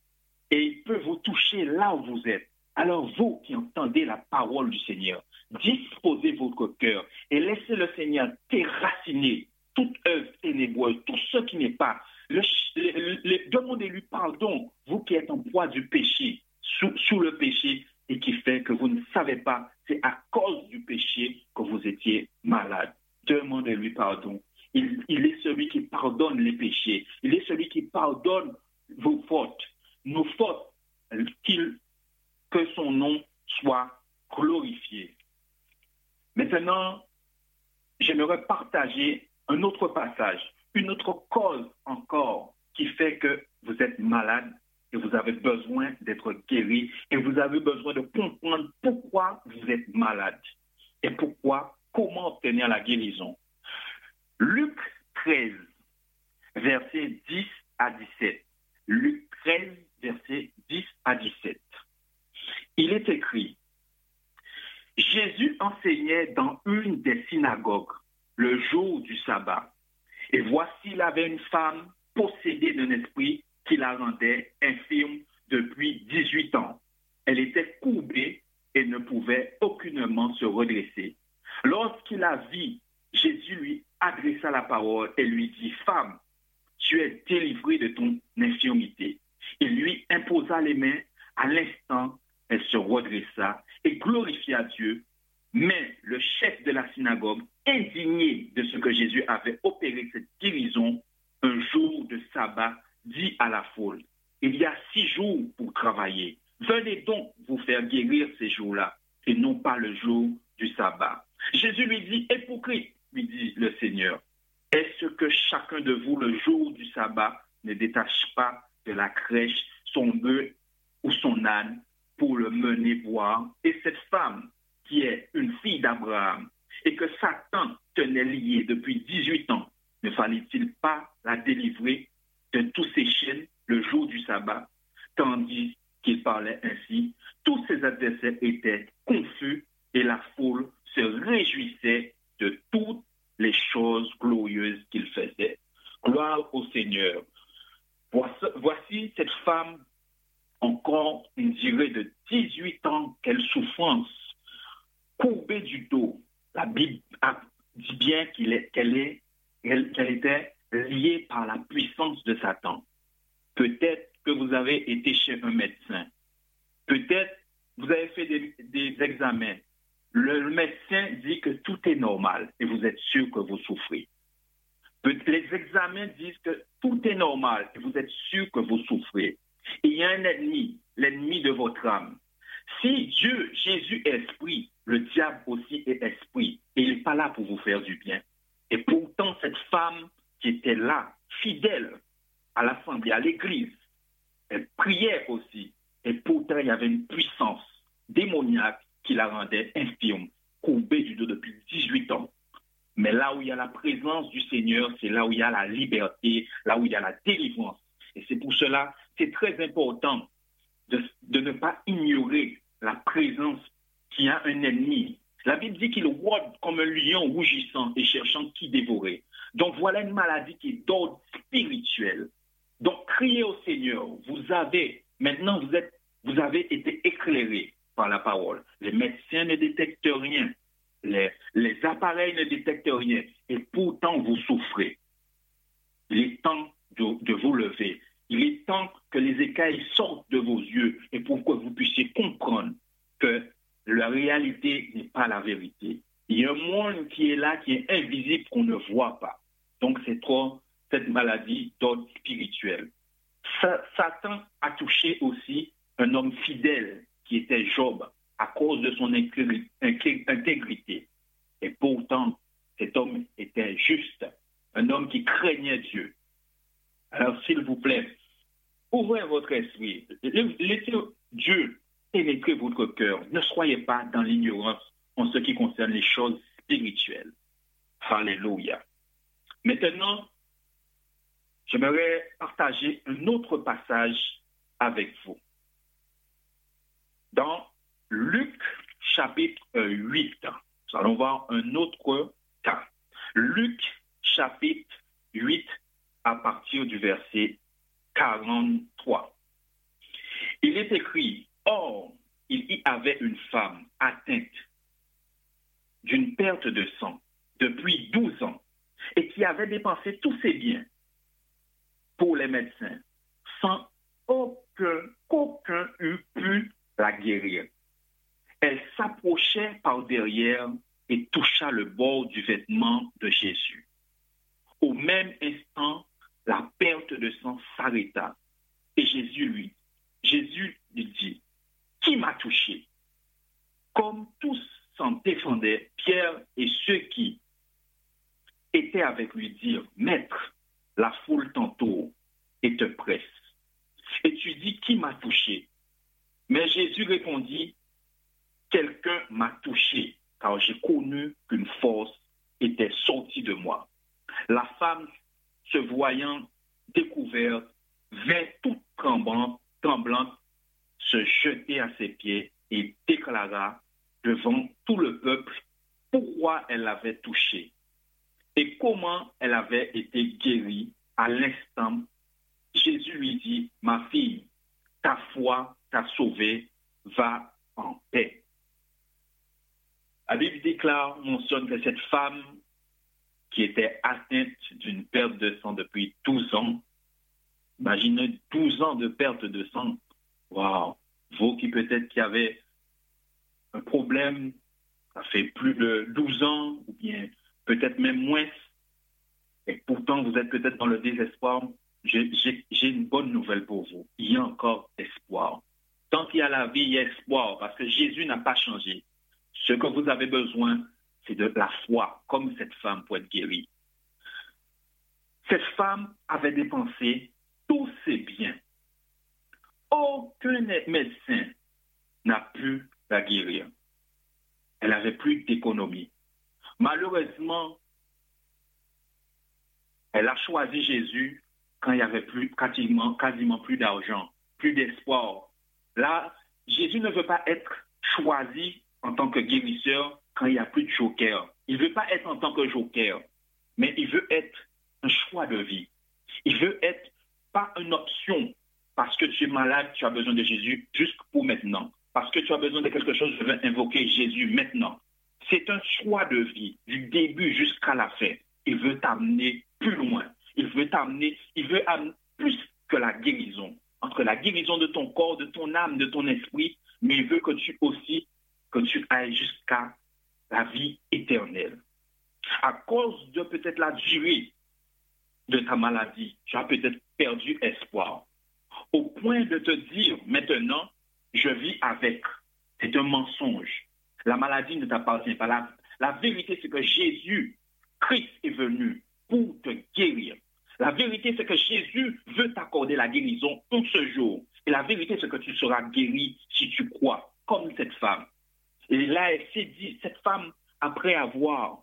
Et il peut vous toucher là où vous êtes. Alors vous qui entendez la parole du Seigneur, disposez votre cœur et laissez le Seigneur déraciner toute œuvre ténébreuse, tout ce qui n'est pas. Le, le, le, demandez-lui pardon, vous qui êtes en proie du péché, sous, sous le péché, et qui fait que vous ne savez pas, c'est à cause du péché que vous étiez malade. Demandez-lui pardon. Il, il est celui qui pardonne les péchés. Il est celui qui pardonne vos fautes. Nos fautes, qu'il, que son nom soit glorifié. Maintenant, j'aimerais partager un autre passage, une autre cause encore qui fait que vous êtes malade et vous avez besoin d'être guéri et vous avez besoin de comprendre pourquoi vous êtes malade et pourquoi, comment obtenir la guérison. Luc treize, versets dix à dix-sept. Luc treize, versets dix à dix-sept. Il est écrit, « Jésus enseignait dans une des synagogues le jour du sabbat. Et voici, il avait une femme possédée d'un esprit qui la rendait infirme depuis dix-huit ans. Elle était courbée et ne pouvait aucunement se redresser. Lorsqu'il la vit, Jésus lui adressa la parole et lui dit, « Femme, tu es délivrée de ton infirmité. » Il lui imposa les mains. À l'instant, elle se redressa et glorifia Dieu. Mais le chef de la synagogue, indigné de ce que Jésus avait opéré cette guérison, un jour de sabbat, dit à la foule, « Il y a six jours pour travailler. Venez donc vous faire guérir ces jours-là, et non pas le jour du sabbat. » Jésus lui dit, « Hypocrite, lui dit le Seigneur, Est-ce que chacun de vous, le jour du sabbat, ne détache pas de la crèche son bœuf ou son âne pour le mener boire? Et cette femme, qui est une fille d'Abraham, et que Satan tenait liée depuis dix-huit ans, ne fallait-il pas la délivrer de tous ses chaînes le jour du sabbat? Tandis qu'il parlait ainsi, tous ses adversaires étaient confus et la foule se réjouissait de toutes les choses glorieuses qu'il faisait. Gloire au Seigneur. Voici, voici cette femme, encore une durée de dix-huit ans, quelle souffrance, courbée du dos. La Bible dit bien qu'il est, qu'elle, est, qu'elle était liée par la puissance de Satan. Peut-être que vous avez été chez un médecin. Peut-être vous avez fait des, des examens. Le médecin dit que tout est normal et vous êtes sûr que vous souffrez. Les examens disent que tout est normal et vous êtes sûr que vous souffrez. Et il y a un ennemi, l'ennemi de votre âme. Si Dieu, Jésus est esprit, le diable aussi est esprit et il n'est pas là pour vous faire du bien. Et pourtant, cette femme qui était là, fidèle à l'assemblée, à l'église, elle priait aussi. Et pourtant, il y avait une puissance démoniaque qui la rendait infirme, courbée du dos depuis dix-huit ans. Mais là où il y a la présence du Seigneur, c'est là où il y a la liberté, là où il y a la délivrance. Et c'est pour cela, c'est très important de, de ne pas ignorer la présence qu'il y a un ennemi. La Bible dit qu'il rôde comme un lion rougissant et cherchant qui dévorer. Donc voilà une maladie qui est d'ordre spirituel. Donc criez au Seigneur. Vous avez, maintenant vous êtes, vous avez été éclairés par la parole. Les médecins ne détectent rien. Les, les appareils ne détectent rien. Et pourtant vous souffrez. Il est temps de, de vous lever. Il est temps que les écailles sortent de vos yeux et pour que vous puissiez comprendre que la réalité n'est pas la vérité. Il y a un monde qui est là, qui est invisible, qu'on ne voit pas. Donc c'est trop cette maladie d'ordre spirituel. Satan a touché aussi un homme fidèle qui était Job à cause de son intégrité. Et pourtant, cet homme était juste, un homme qui craignait Dieu. Alors, s'il vous plaît, ouvrez votre esprit. Laissez Dieu pénétrer votre cœur. Ne soyez pas dans l'ignorance en ce qui concerne les choses spirituelles. Alléluia. Maintenant, j'aimerais partager un autre passage avec vous. Dans Luc chapitre huit, nous allons voir un autre cas. Luc chapitre huit, à partir du verset quarante-trois. Il est écrit, « Or, il y avait une femme atteinte d'une perte de sang depuis douze ans et qui avait dépensé tous ses biens pour les médecins sans aucun, qu'aucun eût pu la guérir. Elle s'approchait par derrière et toucha le bord du vêtement de Jésus. Au même instant, la perte de sang s'arrêta et Jésus lui, Jésus lui dit, « Qui m'a touché ?» Comme tous s'en défendaient, Pierre et ceux qui étaient avec lui dirent, « Maître, la foule t'entoure et te presse. Et tu dis, qui m'a touché? » Mais Jésus répondit, « Quelqu'un m'a touché, car j'ai connu qu'une force était sortie de moi. » La femme, se voyant découverte, vint toute tremblante, tremblante se jeter à ses pieds et déclara devant tout le peuple pourquoi elle l'avait touché et comment elle avait été guérie. À l'instant, Jésus lui dit, « Ma fille, ta foi t'a sauvée, va en paix. » La Bible déclare, mentionne que cette femme qui était atteinte d'une perte de sang depuis douze ans, imaginez douze ans de perte de sang. Waouh! Vous qui peut-être qui avez un problème, ça fait plus de douze ans, ou bien peut-être même moins, et pourtant vous êtes peut-être dans le désespoir, j'ai, j'ai, j'ai une bonne nouvelle pour vous. Il y a encore espoir. Tant qu'il y a la vie, il y a espoir, parce que Jésus n'a pas changé. Ce que vous avez besoin, c'est de la foi, comme cette femme pour être guérie. Cette femme avait dépensé tous ses biens. Aucun médecin n'a pu la guérir. Elle n'avait plus d'économie. Malheureusement, elle a choisi Jésus quand il n'y avait plus, quasiment, quasiment plus d'argent, plus d'espoir. Là, Jésus ne veut pas être choisi en tant que guérisseur quand il n'y a plus de joker. Il ne veut pas être en tant que joker, mais il veut être un choix de vie. Il veut être pas une option parce que tu es malade, tu as besoin de Jésus juste pour maintenant. Parce que tu as besoin de quelque chose, je vais invoquer Jésus maintenant. C'est un choix de vie, du début jusqu'à la fin. Il veut t'amener plus loin. Il veut t'amener, il veut amener plus que la guérison. Entre la guérison de ton corps, de ton âme, de ton esprit, mais il veut que tu aussi, que tu ailles jusqu'à la vie éternelle. À cause de peut-être la durée de ta maladie, tu as peut-être perdu espoir. Au point de te dire maintenant, je vis avec. C'est un mensonge. La maladie ne t'appartient pas. La, la vérité, c'est que Jésus, Christ, est venu pour te guérir. La vérité, c'est que Jésus veut t'accorder la guérison en ce jour. Et la vérité, c'est que tu seras guéri si tu crois, comme cette femme. Et là, elle s'est dit, cette femme, après avoir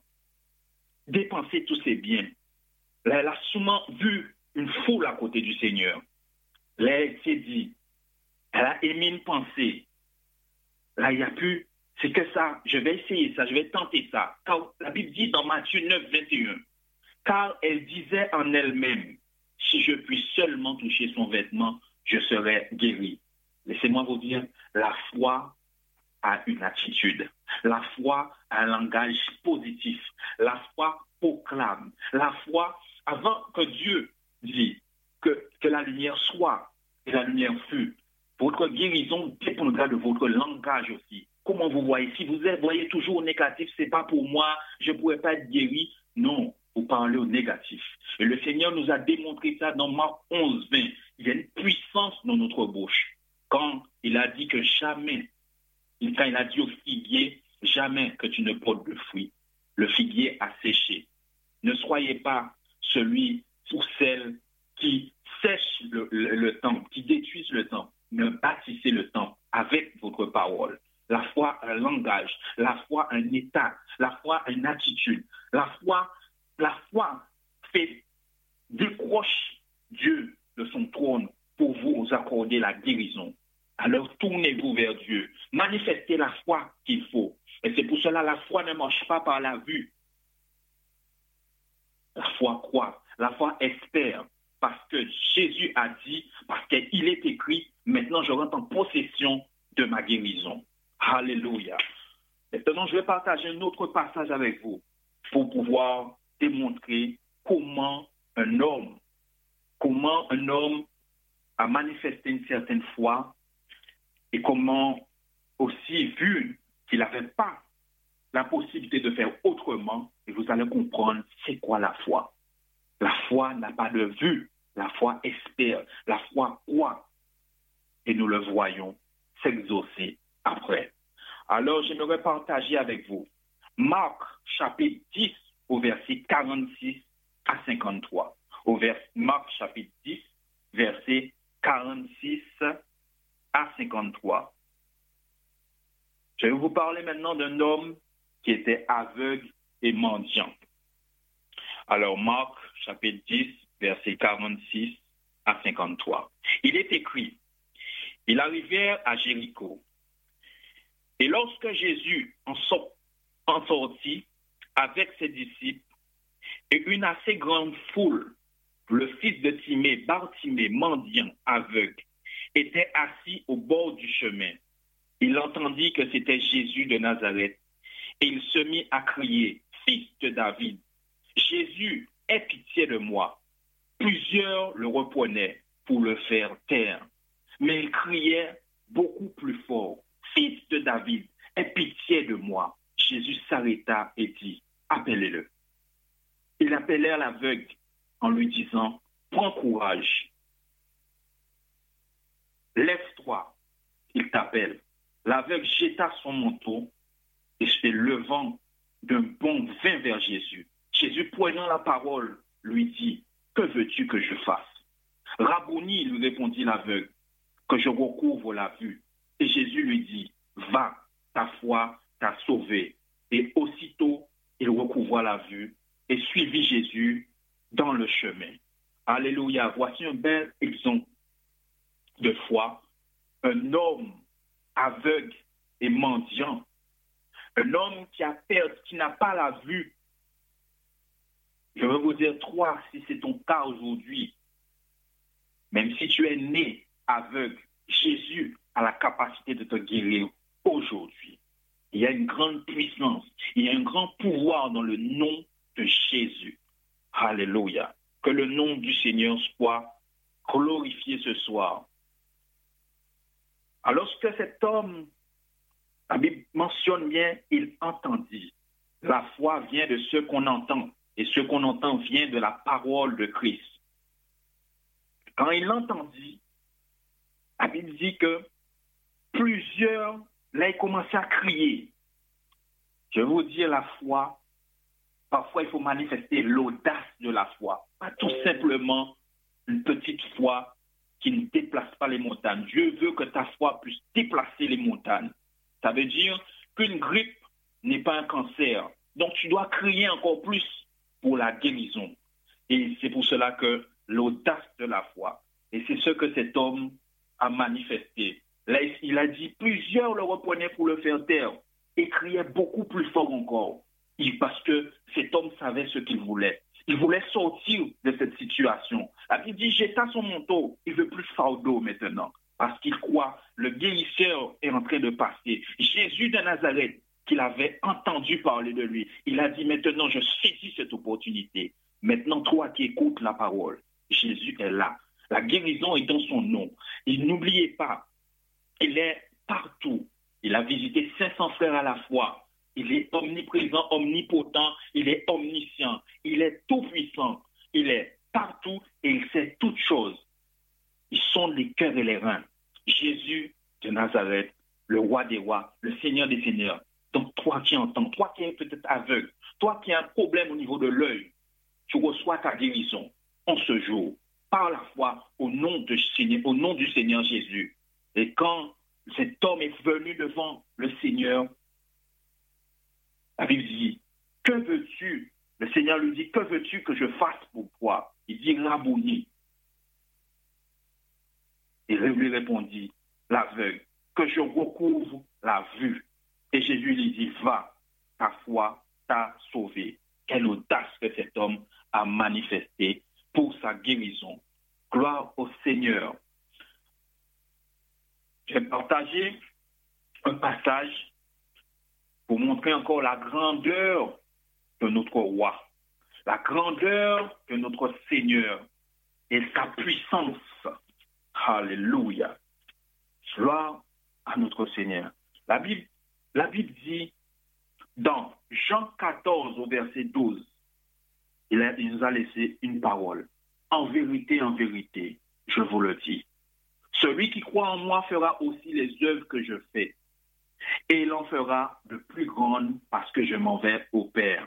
dépensé tous ses biens, là, elle a souvent vu une foule à côté du Seigneur. Là, elle s'est dit, elle a émis une pensée. Là, il n'y a plus, c'est que ça, je vais essayer ça, je vais tenter ça. Car la Bible dit dans Matthieu neuf, vingt et un, car elle disait en elle-même, si je puis seulement toucher son vêtement, je serai guéri. Laissez-moi vous dire, la foi a une attitude. La foi a un langage positif. La foi proclame. La foi, avant que Dieu dise que, que la lumière soit et la lumière fut, votre guérison dépendra de votre langage aussi. Comment vous voyez? Si vous voyez toujours au négatif, c'est pas pour moi, je ne pourrais pas être guéri. Non, vous parlez au négatif. Et le Seigneur nous a démontré ça dans Marc onze, vingt. Il y a une puissance dans notre bouche. Quand il a dit que jamais, quand il a dit au figuier, jamais que tu ne portes de fruits. Le figuier a séché. Ne soyez pas celui ou celle qui sèche le, le, le temps, qui détruise le temps. Ne bâtissez le temps avec votre parole. La foi a un langage, la foi a un état, la foi a une attitude. La foi, la foi fait décroche Dieu de son trône pour vous accorder la guérison. Alors tournez-vous vers Dieu, manifestez la foi qu'il faut. Et c'est pour cela que la foi ne marche pas par la vue. La foi croit, la foi espère, parce que Jésus a dit, parce qu'il est écrit, maintenant je rentre en possession de ma guérison. Alléluia. Maintenant, je vais partager un autre passage avec vous pour pouvoir démontrer comment un homme, comment un homme a manifesté une certaine foi et comment aussi vu qu'il n'avait pas la possibilité de faire autrement, et vous allez comprendre c'est quoi la foi. La foi n'a pas de vue, la foi espère, la foi croit, et nous le voyons s'exaucer après. Alors, j'aimerais partager avec vous Marc chapitre dix au verset quarante-six à cinquante-trois. Au vers, Marc chapitre dix, verset quarante-six à cinquante-trois. Je vais vous parler maintenant d'un homme qui était aveugle et mendiant. Alors, Marc chapitre dix, verset quarante-six à cinquante-trois. Il est écrit, « Ils arrivèrent à Jéricho. Et lorsque Jésus en, sort, en sortit avec ses disciples et une assez grande foule, le fils de Timée, Bartimée, mendiant, aveugle, était assis au bord du chemin. Il entendit que c'était Jésus de Nazareth et il se mit à crier, « Fils de David, Jésus, aie pitié de moi. » Plusieurs le reprenaient pour le faire taire, mais il criait beaucoup plus fort, « Fils de David, aie pitié de moi. » Jésus s'arrêta et dit, « Appelez-le. » Ils appelèrent l'aveugle en lui disant, « Prends courage. Lève-toi. » Il t'appelle. L'aveugle jeta son manteau et se levant d'un bond vint vers Jésus. Jésus, prenant la parole, lui dit, que veux-tu que je fasse? Rabouni, lui répondit l'aveugle, que je recouvre la vue. Et Jésus lui dit, va, ta foi t'a sauvé. Et aussitôt, il recouvra la vue et suivit Jésus dans le chemin. Alléluia. Voici un bel exemple de foi. Un homme aveugle et mendiant. Un homme qui a perdu, qui n'a pas la vue. Je veux vous dire, toi, si c'est ton cas aujourd'hui, même si tu es né aveugle, Jésus a la capacité de te guérir aujourd'hui. Il y a une grande puissance, il y a un grand pouvoir dans le nom de Jésus. Alléluia. Que le nom du Seigneur soit glorifié ce soir. Alors que cet homme, la Bible mentionne bien, il entendit. La foi vient de ce qu'on entend, et ce qu'on entend vient de la parole de Christ. Quand il l'entendit, la Bible dit que plusieurs, là, ils commençaient à crier. Je vais vous dire, la foi, parfois il faut manifester l'audace de la foi. Pas tout simplement une petite foi qui ne déplace pas les montagnes. Dieu veut que ta foi puisse déplacer les montagnes. Ça veut dire qu'une grippe n'est pas un cancer. Donc tu dois crier encore plus pour la guérison. Et c'est pour cela que l'audace de la foi. Et c'est ce que cet homme a manifesté. Là, il a dit, plusieurs le reprenaient pour le faire taire et criaient beaucoup plus fort encore. Parce que cet homme savait ce qu'il voulait. Il voulait sortir de cette situation. La Bible dit, jeta son manteau. Il veut plus fardeau maintenant. Parce qu'il croit, le guérisseur est en train de passer. Jésus de Nazareth, qu'il avait entendu parler de lui, il a dit, maintenant je saisis cette opportunité. Maintenant, toi qui écoutes la parole, Jésus est là. La guérison est dans son nom. Et n'oubliez pas, il est partout. Il a visité cinq cents frères à la fois. Il est omniprésent, omnipotent, il est omniscient, il est tout-puissant, il est partout et il sait toutes choses. Ils sont les cœurs et les reins. Jésus de Nazareth, le roi des rois, le Seigneur des seigneurs. Donc toi qui entends, toi qui es peut-être aveugle, toi qui as un problème au niveau de l'œil, tu reçois ta guérison en ce jour, par la foi, au nom, de Seigneur, au nom du Seigneur Jésus. Et quand cet homme est venu devant le Seigneur, la Bible dit, que veux-tu? Le Seigneur lui dit, que veux-tu que je fasse pour toi? Il dit, Rabouni. Et il lui répondit, l'aveugle, que je recouvre la vue. Et Jésus lui dit, va, ta foi t'a sauvé. Quelle audace que cet homme a manifesté pour sa guérison. Gloire au Seigneur. J'ai partagé un passage pour montrer encore la grandeur de notre roi, la grandeur de notre Seigneur et sa puissance. Alléluia. Gloire à notre Seigneur. La Bible, la Bible dit dans Jean quatorze au verset douze, il, a, il nous a laissé une parole. En vérité, en vérité, je vous le dis, celui qui croit en moi fera aussi les œuvres que je fais. Et il en fera de plus grandes parce que je m'en vais au Père.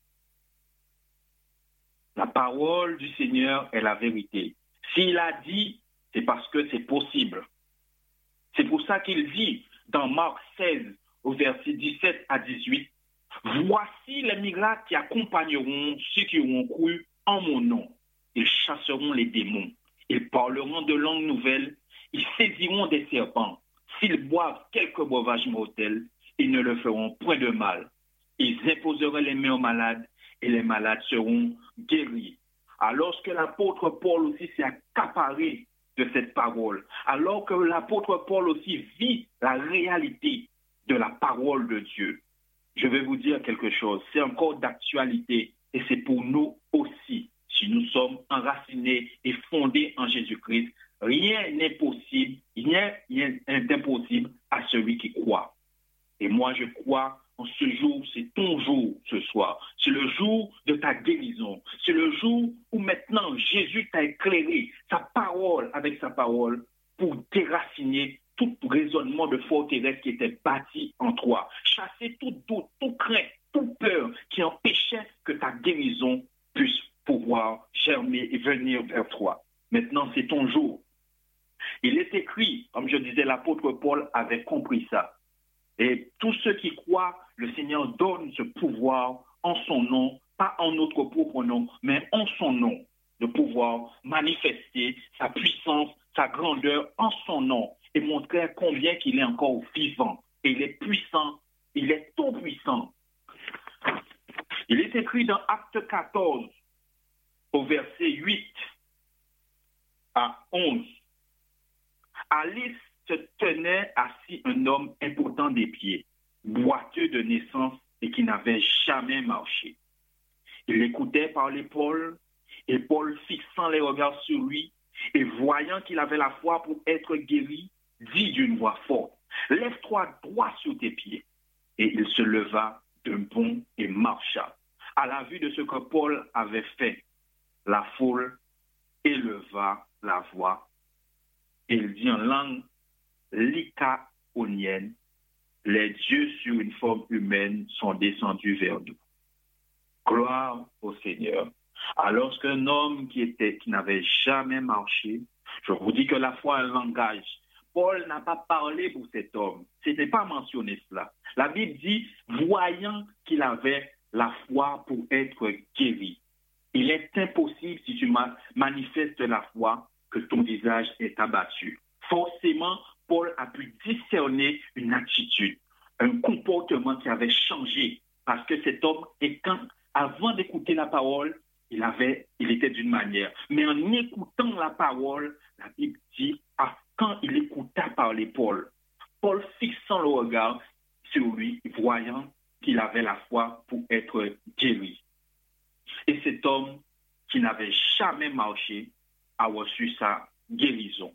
La parole du Seigneur est la vérité. S'il a dit, c'est parce que c'est possible. C'est pour ça qu'il dit dans Marc seize, au verset dix-sept à dix-huit, « Voici les miracles qui accompagneront ceux qui auront cru en mon nom. Ils chasseront les démons, ils parleront de langues nouvelles, ils saisiront des serpents. S'ils boivent quelques breuvages mortels, ils ne leur feront point de mal. Ils imposeront les mains aux malades et les malades seront guéris. » Alors que l'apôtre Paul aussi s'est accaparé de cette parole, alors que l'apôtre Paul aussi vit la réalité de la parole de Dieu, je vais vous dire quelque chose, c'est encore d'actualité et c'est pour nous aussi. Si nous sommes enracinés et fondés en Jésus-Christ, rien n'est possible, rien n'est impossible à celui qui croit. Et moi, je crois en ce jour, c'est ton jour ce soir. C'est le jour de ta guérison. C'est le jour où maintenant Jésus t'a éclairé, sa parole avec sa parole, pour déraciner tout raisonnement de forteresse qui était bâti en toi. Chasser tout doute, tout crainte, toute peur qui empêchait que ta guérison puisse pouvoir germer et venir vers toi. Maintenant, c'est ton jour. Il est écrit, comme je disais, l'apôtre Paul avait compris ça. Et tous ceux qui croient, le Seigneur donne ce pouvoir en son nom, pas en notre propre nom, mais en son nom, de pouvoir manifester sa puissance, sa grandeur en son nom et montrer combien qu'il est encore vivant. Et il est puissant, il est tout puissant. Il est écrit dans Acte quatorze, au verset huit à onze. À Lys se tenait assis un homme impotent des pieds, boiteux de naissance et qui n'avait jamais marché. Il écoutait parler Paul, et Paul, fixant les regards sur lui et voyant qu'il avait la foi pour être guéri, dit d'une voix forte, « Lève-toi droit sur tes pieds. » Et il se leva d'un bond et marcha. À la vue de ce que Paul avait fait, la foule éleva la voix et il dit en langue lycaonienne, « Les dieux sur une forme humaine sont descendus vers nous. » Gloire au Seigneur. Alors qu'un homme qui était, qui n'avait jamais marché, je vous dis que la foi a un langage. Paul n'a pas parlé pour cet homme. Ce n'était pas mentionné cela. La Bible dit, voyant qu'il avait la foi pour être guéri. Il est impossible, si tu manifestes la foi, que ton visage est abattu. Forcément, Paul a pu discerner une attitude, un comportement qui avait changé. Parce que cet homme, et quand, avant d'écouter la parole, il, avait, il était d'une manière. Mais en écoutant la parole, la Bible dit, ah, quand il écouta parler Paul, Paul fixant le regard sur lui, voyant qu'il avait la foi pour être guéri. Et cet homme qui n'avait jamais marché a reçu sa guérison.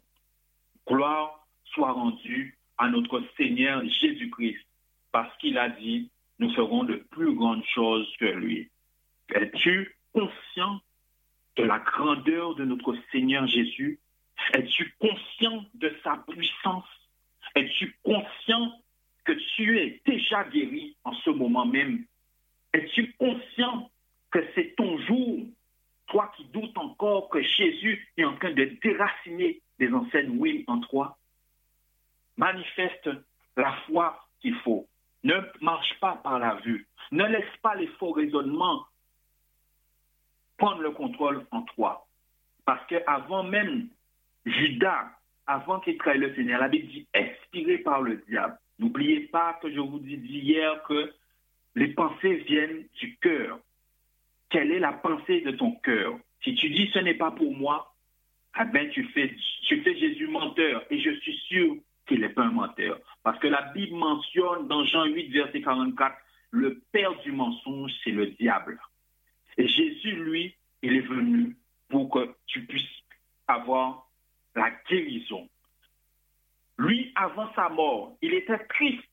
Gloire soit rendue à notre Seigneur Jésus-Christ, parce qu'il a dit, nous ferons de plus grandes choses que lui. Es-tu conscient de la grandeur de notre Seigneur Jésus? Es-tu conscient de sa puissance? Es-tu conscient que tu es déjà guéri en ce moment même? Es-tu conscient que c'est ton jour? Toi qui doutes encore que Jésus est en train de déraciner des anciennes huiles en toi, manifeste la foi qu'il faut. Ne marche pas par la vue. Ne laisse pas les faux raisonnements prendre le contrôle en toi. Parce qu'avant même Judas, avant qu'il trahisse le Seigneur, la Bible dit inspiré par le diable. N'oubliez pas que je vous dis hier que les pensées viennent du cœur. Quelle est la pensée de ton cœur? Si tu dis ce n'est pas pour moi, eh bien tu fais, tu fais Jésus menteur. Et je suis sûr qu'il n'est pas un menteur. Parce que la Bible mentionne dans Jean huit, verset quarante-quatre, le père du mensonge, c'est le diable. Et Jésus, lui, il est venu pour que tu puisses avoir la guérison. Lui, avant sa mort, il était triste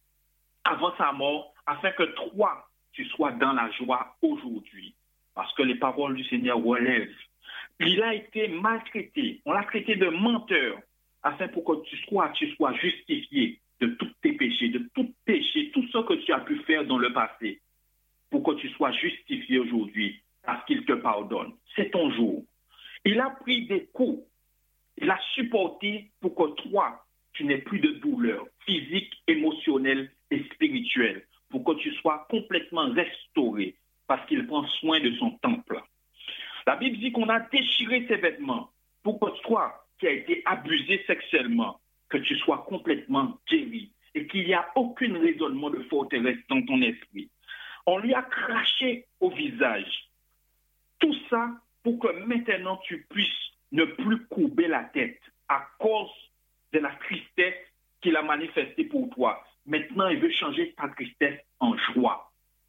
avant sa mort, afin que toi, tu sois dans la joie aujourd'hui. Parce que les paroles du Seigneur relèvent. Il a été maltraité. On l'a traité de menteur, afin pour que tu sois, tu sois justifié de tous tes péchés, de tout péché, tout ce que tu as pu faire dans le passé, pour que tu sois justifié aujourd'hui, parce qu'il te pardonne. C'est ton jour. Il a pris des coups. Il a supporté pour que toi, tu n'aies plus de douleur physique, émotionnelle et spirituelle, pour que tu sois complètement restauré, parce qu'il prend soin de son temple. La Bible dit qu'on a déchiré ses vêtements pour que toi, qui as été abusé sexuellement, que tu sois complètement guéri et qu'il n'y a aucun raisonnement de forteresse dans ton esprit. On lui a craché au visage. Tout ça pour que maintenant tu puisses ne plus courber la tête à cause de la tristesse qu'il a manifestée pour toi. Maintenant, il veut changer ta tristesse en joie.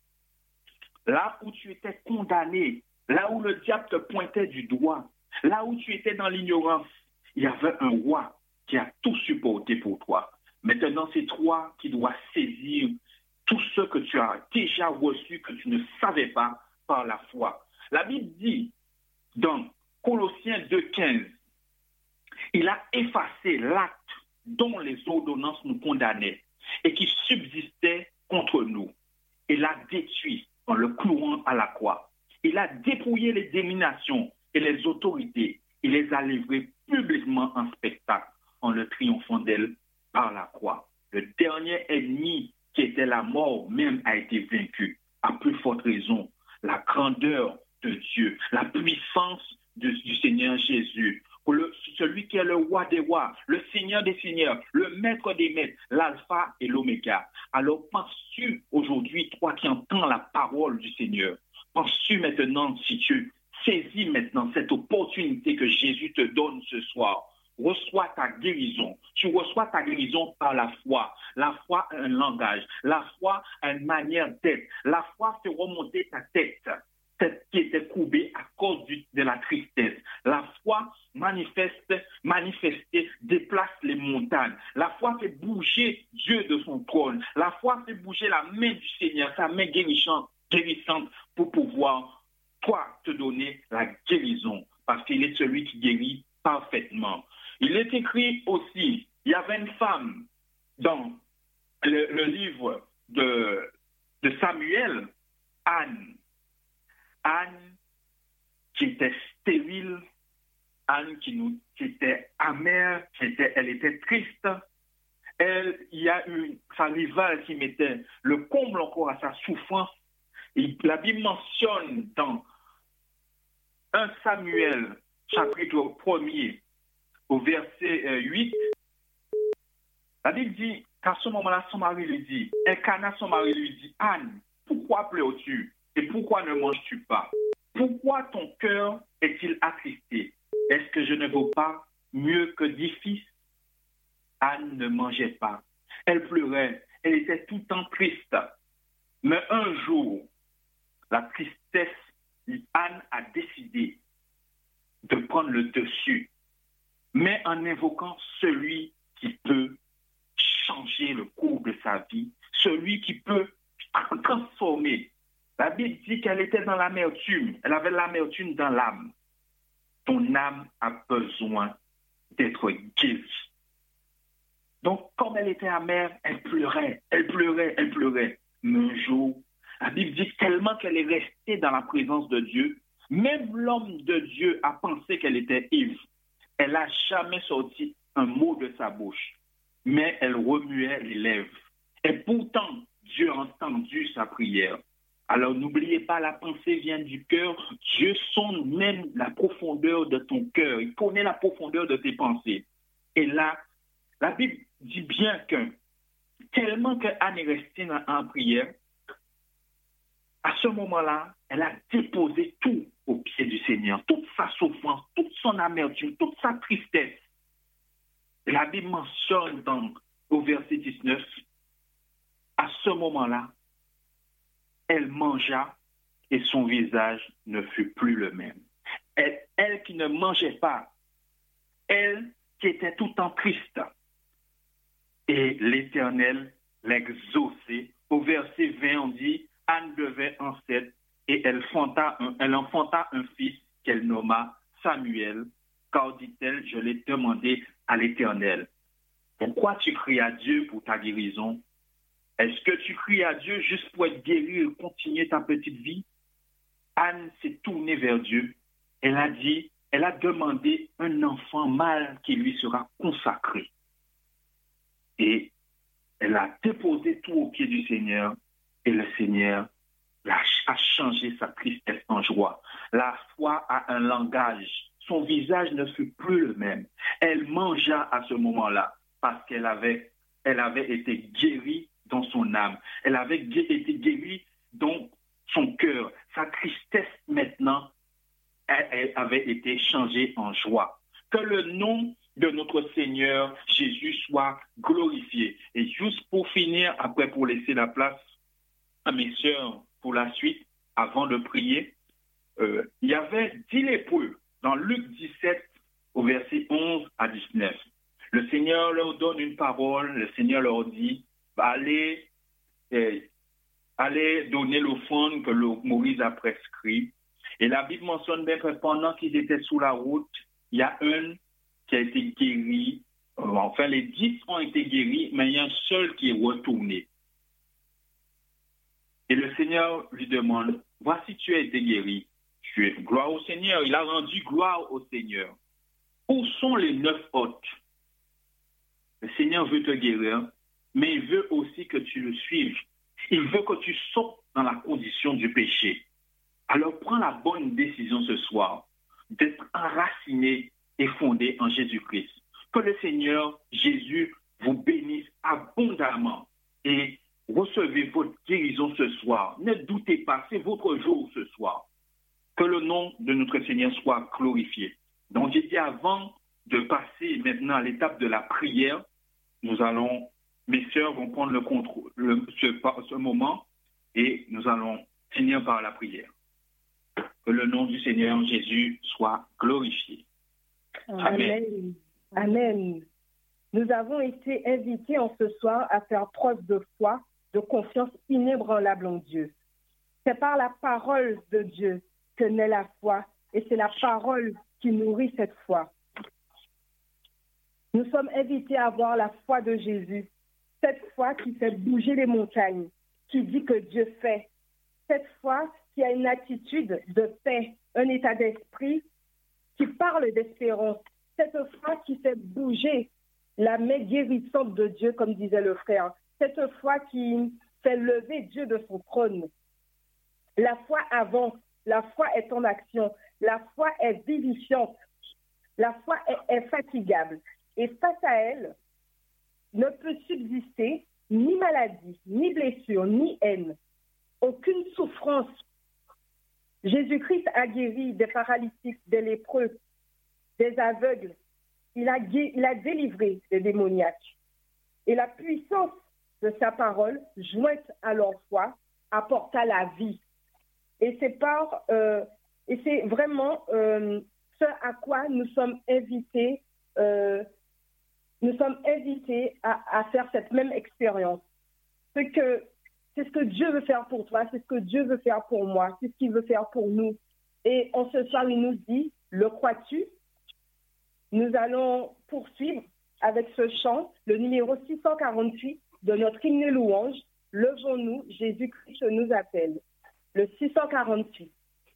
Là où tu étais condamné, là où le diable te pointait du doigt, là où tu étais dans l'ignorance, il y avait un roi qui a tout supporté pour toi. Maintenant, c'est toi qui dois saisir tout ce que tu as déjà reçu, que tu ne savais pas par la foi. La Bible dit dans Colossiens deux quinze, il a effacé l'acte dont les ordonnances nous condamnaient et qui subsistait contre nous. Il l'a détruit en le clouant à la croix. Il a dépouillé les dominations et les autorités. Il les a livrées publiquement en spectacle en le triomphant d'elles par la croix. Le dernier ennemi qui était la mort même a été vaincu. À plus forte raison, la grandeur de Dieu, la puissance de, du Seigneur Jésus, pour le, celui qui est le roi des rois, le Seigneur des seigneurs, le maître des maîtres, l'alpha et l'oméga. Alors penses-tu aujourd'hui, toi qui entends la parole du Seigneur, penses-tu maintenant, si tu saisis maintenant cette opportunité que Jésus te donne ce soir, reçois ta guérison. Tu reçois ta guérison par la foi. La foi a un langage. La foi a une manière d'être. La foi fait remonter ta tête, tête qui était courbée à cause du, de la tristesse. La foi manifeste, manifester, déplace les montagnes. La foi fait bouger Dieu de son trône. La foi fait bouger la main du Seigneur, sa main guérissante, guérissante pour pouvoir, toi, te donner la guérison. Parce qu'il est celui qui guérit parfaitement. Il est écrit aussi, il y avait une femme dans le, le livre de, de Samuel, Anne. Anne qui était stérile, Anne qui, nous, qui était amère, qui était, elle était triste. Elle, il y a eu sa rivale qui mettait le comble encore à sa souffrance. Et la Bible mentionne dans un Samuel, chapitre premier, au verset huit, la Bible dit qu'à ce moment-là, son mari lui dit, Elkana, son mari lui dit, Anne, pourquoi pleures-tu et pourquoi ne manges-tu pas? Pourquoi ton cœur est-il attristé? Est-ce que je ne vaux pas mieux que dix fils? Anne ne mangeait pas. Elle pleurait. Elle était tout le temps triste. Mais un jour, la tristesse, Anne a décidé de prendre le dessus, mais en invoquant celui qui peut changer le cours de sa vie, celui qui peut transformer. La Bible dit qu'elle était dans l'amertume, elle avait l'amertume dans l'âme. Ton âme a besoin d'être guérie. Donc, comme elle était amère, elle pleurait, elle pleurait, elle pleurait. Mais un jour, la Bible dit tellement qu'elle est restée dans la présence de Dieu, même l'homme de Dieu a pensé qu'elle était ivre. Elle n'a jamais sorti un mot de sa bouche, mais elle remuait les lèvres. Et pourtant, Dieu a entendu sa prière. Alors n'oubliez pas, la pensée vient du cœur. Dieu sonde même la profondeur de ton cœur. Il connaît la profondeur de tes pensées. Et là, la Bible dit bien que tellement qu'Anne est restée en prière, à ce moment-là, elle a déposé tout au pied du Seigneur, toute sa souffrance, toute son amertume, toute sa tristesse. Et la Bible mentionne dans, au verset dix-neuf, à ce moment-là, elle mangea et son visage ne fut plus le même. Elle, elle qui ne mangeait pas, elle qui était tout le temps triste, et l'Éternel l'exauçait. Au verset vingt, on dit, Anne devait enceinte et elle, enfanta un, elle enfanta un fils qu'elle nomma Samuel, car dit-elle, je l'ai demandé à l'Éternel. Pourquoi tu cries à Dieu pour ta guérison? Est-ce que tu cries à Dieu juste pour être guéri et continuer ta petite vie? Anne s'est tournée vers Dieu. Elle a dit, elle a demandé un enfant mâle qui lui sera consacré. Et elle a déposé tout au pied du Seigneur. Et le Seigneur a changé sa tristesse en joie. La foi a un langage. Son visage ne fut plus le même. Elle mangea à ce moment-là parce qu'elle avait, elle avait été guérie dans son âme. Elle avait été guérie dans son cœur. Sa tristesse maintenant elle, elle avait été changée en joie. Que le nom de notre Seigneur Jésus soit glorifié. Et juste pour finir, après pour laisser la place à mes sœurs pour la suite, avant de prier, euh, il y avait dix lépreux dans Luc dix-sept au verset onze à dix-neuf. Le Seigneur leur donne une parole, le Seigneur leur dit, allez, eh, allez donner l'offrande que le Moïse a prescrit. Et la Bible mentionne bien que pendant qu'ils étaient sous la route, il y a un qui a été guéri, enfin les dix ont été guéris, mais il y a un seul qui est retourné. Et le Seigneur lui demande, voici tu as été guéri, tué. Gloire au Seigneur, il a rendu gloire au Seigneur. Où sont les neuf autres? Le Seigneur veut te guérir, mais il veut aussi que tu le suives. Il veut que tu sortes dans la condition du péché. Alors prends la bonne décision ce soir d'être enraciné et fondé en Jésus-Christ. Que le Seigneur Jésus vous bénisse abondamment et recevez votre guérison ce soir. Ne doutez pas, c'est votre jour ce soir. Que le nom de notre Seigneur soit glorifié. Donc j'ai dit avant de passer maintenant à l'étape de la prière, nous allons, mes sœurs vont prendre le contrôle, le, ce, ce moment et nous allons finir par la prière. Que le nom du Seigneur Jésus soit glorifié. Amen. Amen. Amen. Nous avons été invités en ce soir à faire preuve de foi, de confiance inébranlable en Dieu. C'est par la parole de Dieu que naît la foi et c'est la parole qui nourrit cette foi. Nous sommes invités à avoir la foi de Jésus, cette foi qui fait bouger les montagnes, qui dit que Dieu fait, cette foi qui a une attitude de paix, un état d'esprit qui parle d'espérance, cette foi qui fait bouger la main guérissante de Dieu, comme disait le frère, cette foi qui fait lever Dieu de son trône. La foi avance, la foi est en action, la foi est vivifiante, la foi est infatigable. Et face à elle, ne peut subsister ni maladie, ni blessure, ni haine, aucune souffrance. Jésus-Christ a guéri des paralytiques, des lépreux, des aveugles. Il a, il a délivré des démoniaques. Et la puissance de sa parole, jointe à leur foi, apporta la vie. Et c'est par, euh, et c'est vraiment euh, ce à quoi nous sommes invités. Euh, nous sommes invités à, à faire cette même expérience. C'est que c'est ce que Dieu veut faire pour toi, c'est ce que Dieu veut faire pour moi, c'est ce qu'il veut faire pour nous. Et en ce soir, il nous dit, le crois-tu? Nous allons poursuivre avec ce chant, le numéro six cent quarante-huit de notre hymne louange, Levons-nous, Jésus-Christ nous appelle. Le six cent quarante-huit.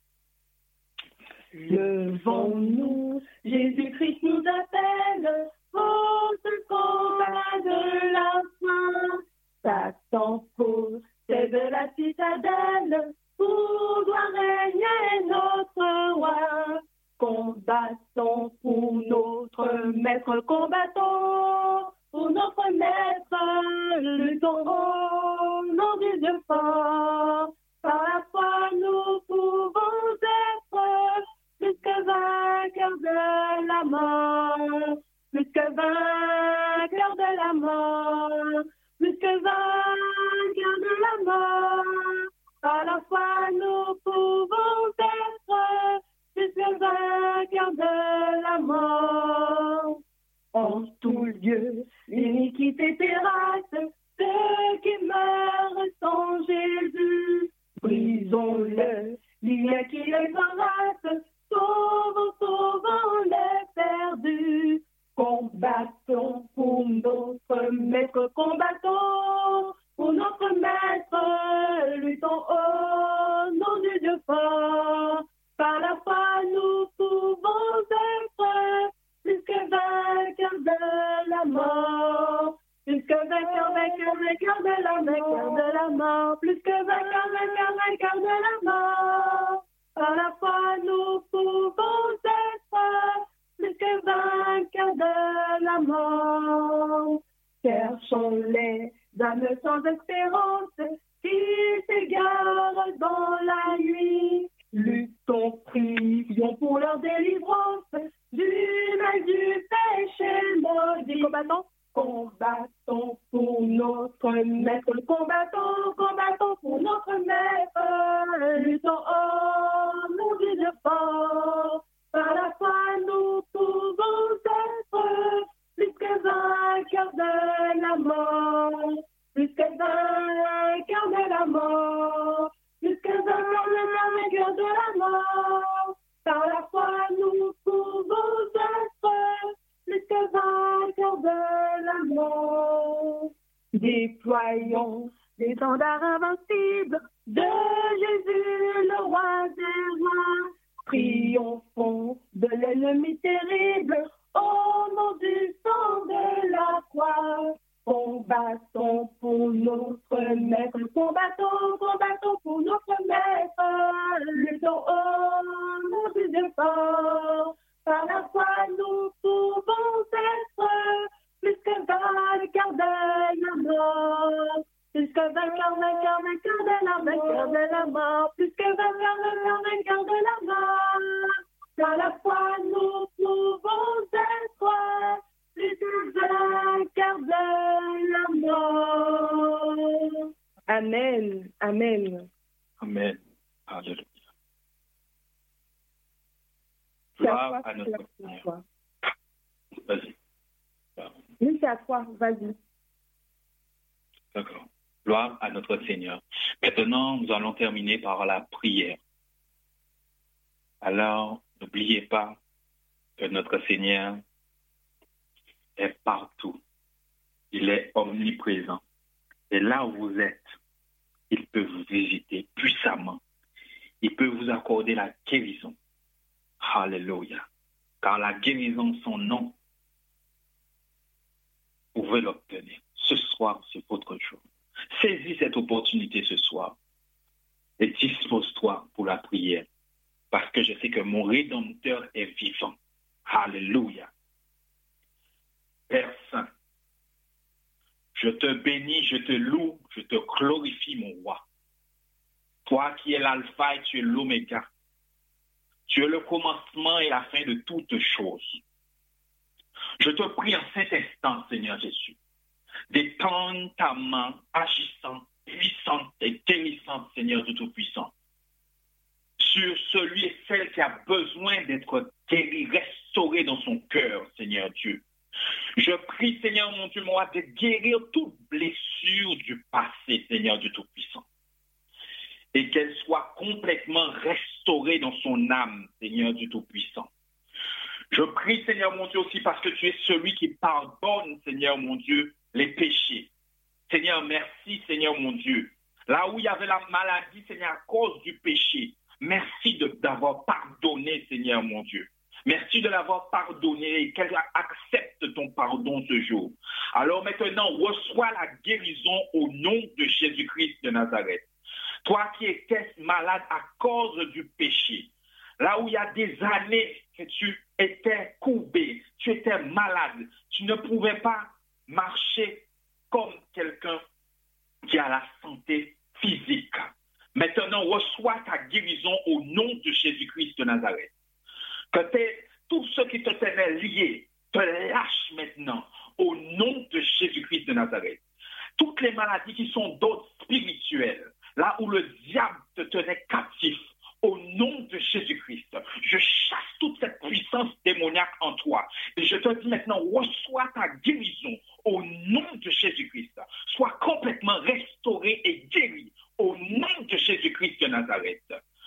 Levons-nous, Jésus-Christ nous appelle, au secours de la fin. Satan pose, c'est de la citadelle, où doit régner notre roi. Combattons pour notre maître, combattons pour notre maître, luttons au nom du Dieu fort. Par la foi, nous pouvons être plus que vainqueurs de la mort, plus que vainqueurs de la mort, plus que vainqueurs de la mort. Par la foi, nous pouvons être plus que vainqueurs de la mort. En tout lieu, l'iniquité terrasse ceux qui meurent sans Jésus. Brisons-le, liens qui les embrassent, sauvons, sauvons les perdus. Combattons pour notre maître, combattons pour notre maître, luttons au nom du Dieu fort. Par la foi, nous pouvons être plus que vainqueurs de la mort. Plus que vainqueurs, vainqueurs, vainqueurs de la mort, de la mort. Plus que vainqueurs, vainqueurs, vainqueurs de la mort. Par la foi, nous pouvons être plus que vainqueurs de la mort. Cherchons les âmes sans espérance qui s'égarent dans la nuit. Luttons, prions pour leur délivrance du mal du péché maudit. Combattons, combattons pour notre maître. Combattons, combattons pour notre maître. Luttons au nom du Dieu fort. Par la foi, nous pouvons être plus que vainqueurs de la mort. Plus que vainqueurs de la mort. Plus que vainqueurs de la mort. Par la foi, nous pouvons être plus que vainqueurs de la mort. Déployons l'étendard invincible de Jésus, le roi des rois. triomphons de l'ennemi terrible, au nom du sang de la croix. Combattons pour notre maître, combattons, combattons pour notre maître, luttons au nom du Dieu fort. Par la foi, nous pouvons être plus que vainqueurs de la mort. Plus que vainqueurs, vainqueurs, vainqueurs de la vainqueurs de la mort. Plus que vainqueurs, vainqueurs, vainqueurs de la mort. Par la foi, nous pouvons être plus que vainqueurs de la mort. Amen. Amen. Amen. Alléluia. C'est à Gloire toi, à c'est notre à Seigneur. toi. Vas-y. Oui, c'est à toi, vas-y. D'accord. Gloire à notre Seigneur. Maintenant, nous allons terminer par la prière. Alors, n'oubliez pas que notre Seigneur est partout. Il est omniprésent. Et là où vous êtes, il peut vous visiter puissamment. Il peut vous accorder la guérison. Alléluia. Car la guérison, son nom, vous pouvez l'obtenir. Ce soir, c'est votre jour. Saisis cette opportunité ce soir et dispose-toi pour la prière. Parce que je sais que mon Rédempteur est vivant. Alléluia. Père Saint, je te bénis, je te loue, je te glorifie, mon roi. Toi qui es l'alpha et tu es l'oméga. Tu es le commencement et la fin de toutes choses. Je te prie en cet instant, Seigneur Jésus, d'étendre ta main agissante, puissante et guérissante, Seigneur du Tout-Puissant, sur celui et celle qui a besoin d'être guéri, restauré dans son cœur, Seigneur Dieu. Je prie, Seigneur mon Dieu, moi, de guérir toute blessure du passé, Seigneur du Tout-Puissant, et qu'elle soit complètement restaurée dans son âme, Seigneur du Tout-Puissant. Je prie, Seigneur mon Dieu, aussi parce que tu es celui qui pardonne, Seigneur mon Dieu, les péchés. Seigneur, merci, Seigneur mon Dieu. Là où il y avait la maladie, Seigneur, à cause du péché, merci de, d'avoir pardonné, Seigneur mon Dieu. Merci de l'avoir pardonné et qu'elle accepte ton pardon ce jour. Alors maintenant, reçois la guérison au nom de Jésus-Christ de Nazareth. Toi qui étais malade à cause du péché, là où il y a des années que tu étais courbé, tu étais malade, tu ne pouvais pas marcher comme quelqu'un qui a la santé physique. Maintenant, reçois ta guérison au nom de Jésus-Christ de Nazareth. Que tout ce qui te tenait lié te lâche maintenant au nom de Jésus-Christ de Nazareth. Toutes les maladies qui sont d'ordre spirituel, là où le diable te tenait captif, au nom de Jésus-Christ, je chasse toute cette puissance démoniaque en toi. Et je te dis maintenant, reçois ta guérison au nom de Jésus-Christ. Sois complètement restauré et guéri au nom de Jésus-Christ de Nazareth.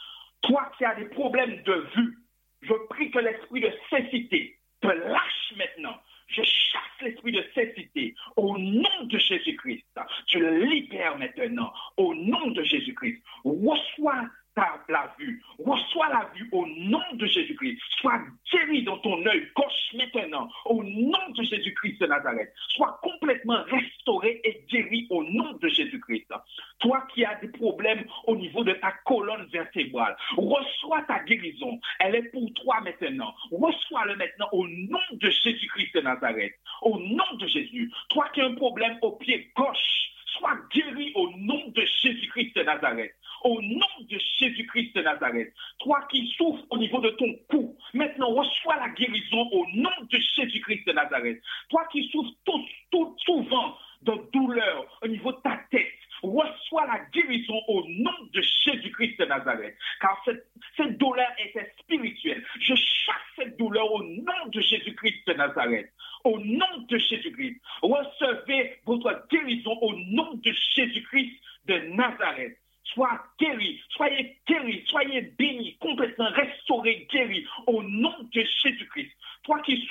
Toi qui as des problèmes de vue, je prie que l'esprit de cécité te lâche maintenant. Je chasse l'esprit de cécité au nom de Jésus-Christ. Tu le libères maintenant au nom de Jésus-Christ. Reçois ta, la vue. Reçois la vue au nom de Jésus-Christ. Sois guéri dans ton œil gauche maintenant au nom de Jésus-Christ de Nazareth. Sois complètement restauré et guéri au nom de Jésus-Christ. Toi qui as des problèmes au niveau de ta colonne vertébrale, reçois ta guérison. Elle est pour toi maintenant. Reçois-le maintenant au nom de Jésus-Christ de Nazareth. Au nom de Jésus. Toi qui as un problème au pied gauche, sois guéri au nom de Jésus-Christ de Nazareth. Au nom de Jésus-Christ de Nazareth. Toi qui souffres au niveau de ton cou, maintenant reçois la guérison au nom de Jésus-Christ de Nazareth. Toi qui souffres tout, tout souvent de douleur au niveau de ta tête, reçois la guérison au nom de Jésus-Christ de Nazareth. Car cette, cette douleur était spirituelle. Je chasse cette douleur au nom de Jésus-Christ de Nazareth. Au nom de Jésus-Christ, recevez votre guérison au nom de Jésus-Christ de Nazareth. Sois guéri, soyez guéri, soyez béni, complètement restauré, guéri au nom de Jésus-Christ. Toi qui souffres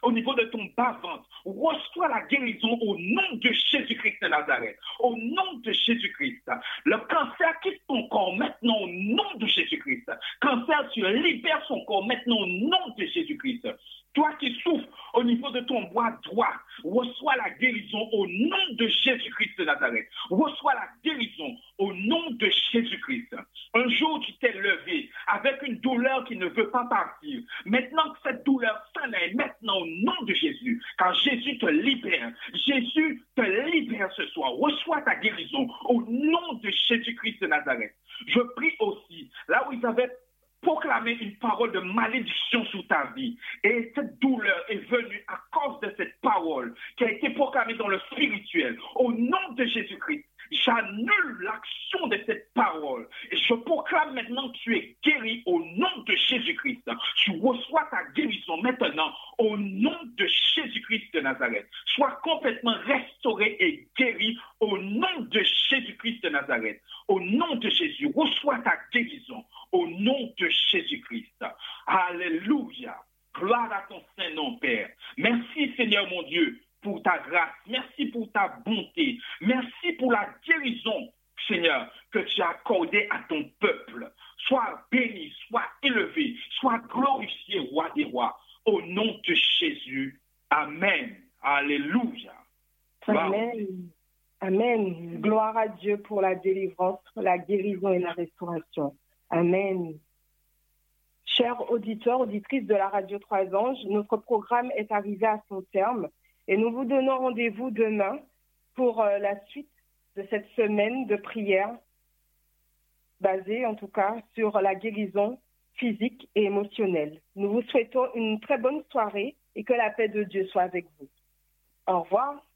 au niveau de ton bas-ventre. Reçois la guérison au nom de Jésus-Christ de Nazareth. Au nom de Jésus-Christ. Le cancer quitte ton corps maintenant au nom de Jésus-Christ. Cancer, tu libères son corps maintenant au nom de Jésus-Christ. Toi qui souffres au niveau de ton bras droit, reçois la guérison au nom de Jésus-Christ de Nazareth. Reçois la guérison au nom de Jésus-Christ. Un jour, tu t'es levé avec une douleur qui ne veut pas partir. Maintenant que cette douleur s'en est, maintenant au nom de Jésus, car Jésus te libère. Jésus te libère ce soir. Reçois ta guérison au nom de Jésus-Christ de Nazareth. Je prie aussi, là où ils avaient proclamer une parole de malédiction sur ta vie. Et cette douleur est venue à cause de cette parole qui a été proclamée dans le spirituel. Au nom de Jésus-Christ, j'annule l'action de cette parole. Et je proclame maintenant que tu es guéri au nom de Jésus-Christ. Tu reçois ta guérison maintenant au nom de Jésus-Christ de Nazareth. Sois complètement restauré et guéri au nom de Jésus-Christ de Nazareth. Au nom de Jésus, reçois ta guérison au nom de Jésus-Christ. Alléluia. Gloire à ton Saint-Nom, Père. Merci, Seigneur mon Dieu, pour ta grâce. Merci pour ta bonté. Merci pour la guérison, Seigneur, que tu as accordée à ton peuple. Sois béni, sois élevé, sois glorifié, roi des rois. Au nom de Jésus. Amen. Alléluia. Amen. Amen. Gloire à Dieu pour la délivrance, la guérison et la restauration. Amen. Chers auditeurs, auditrices de la Radio Trois Anges, notre programme est arrivé à son terme et nous vous donnons rendez-vous demain pour euh, la suite de cette semaine de prière basée en tout cas sur la guérison physique et émotionnelle. Nous vous souhaitons une très bonne soirée et que la paix de Dieu soit avec vous. Au revoir.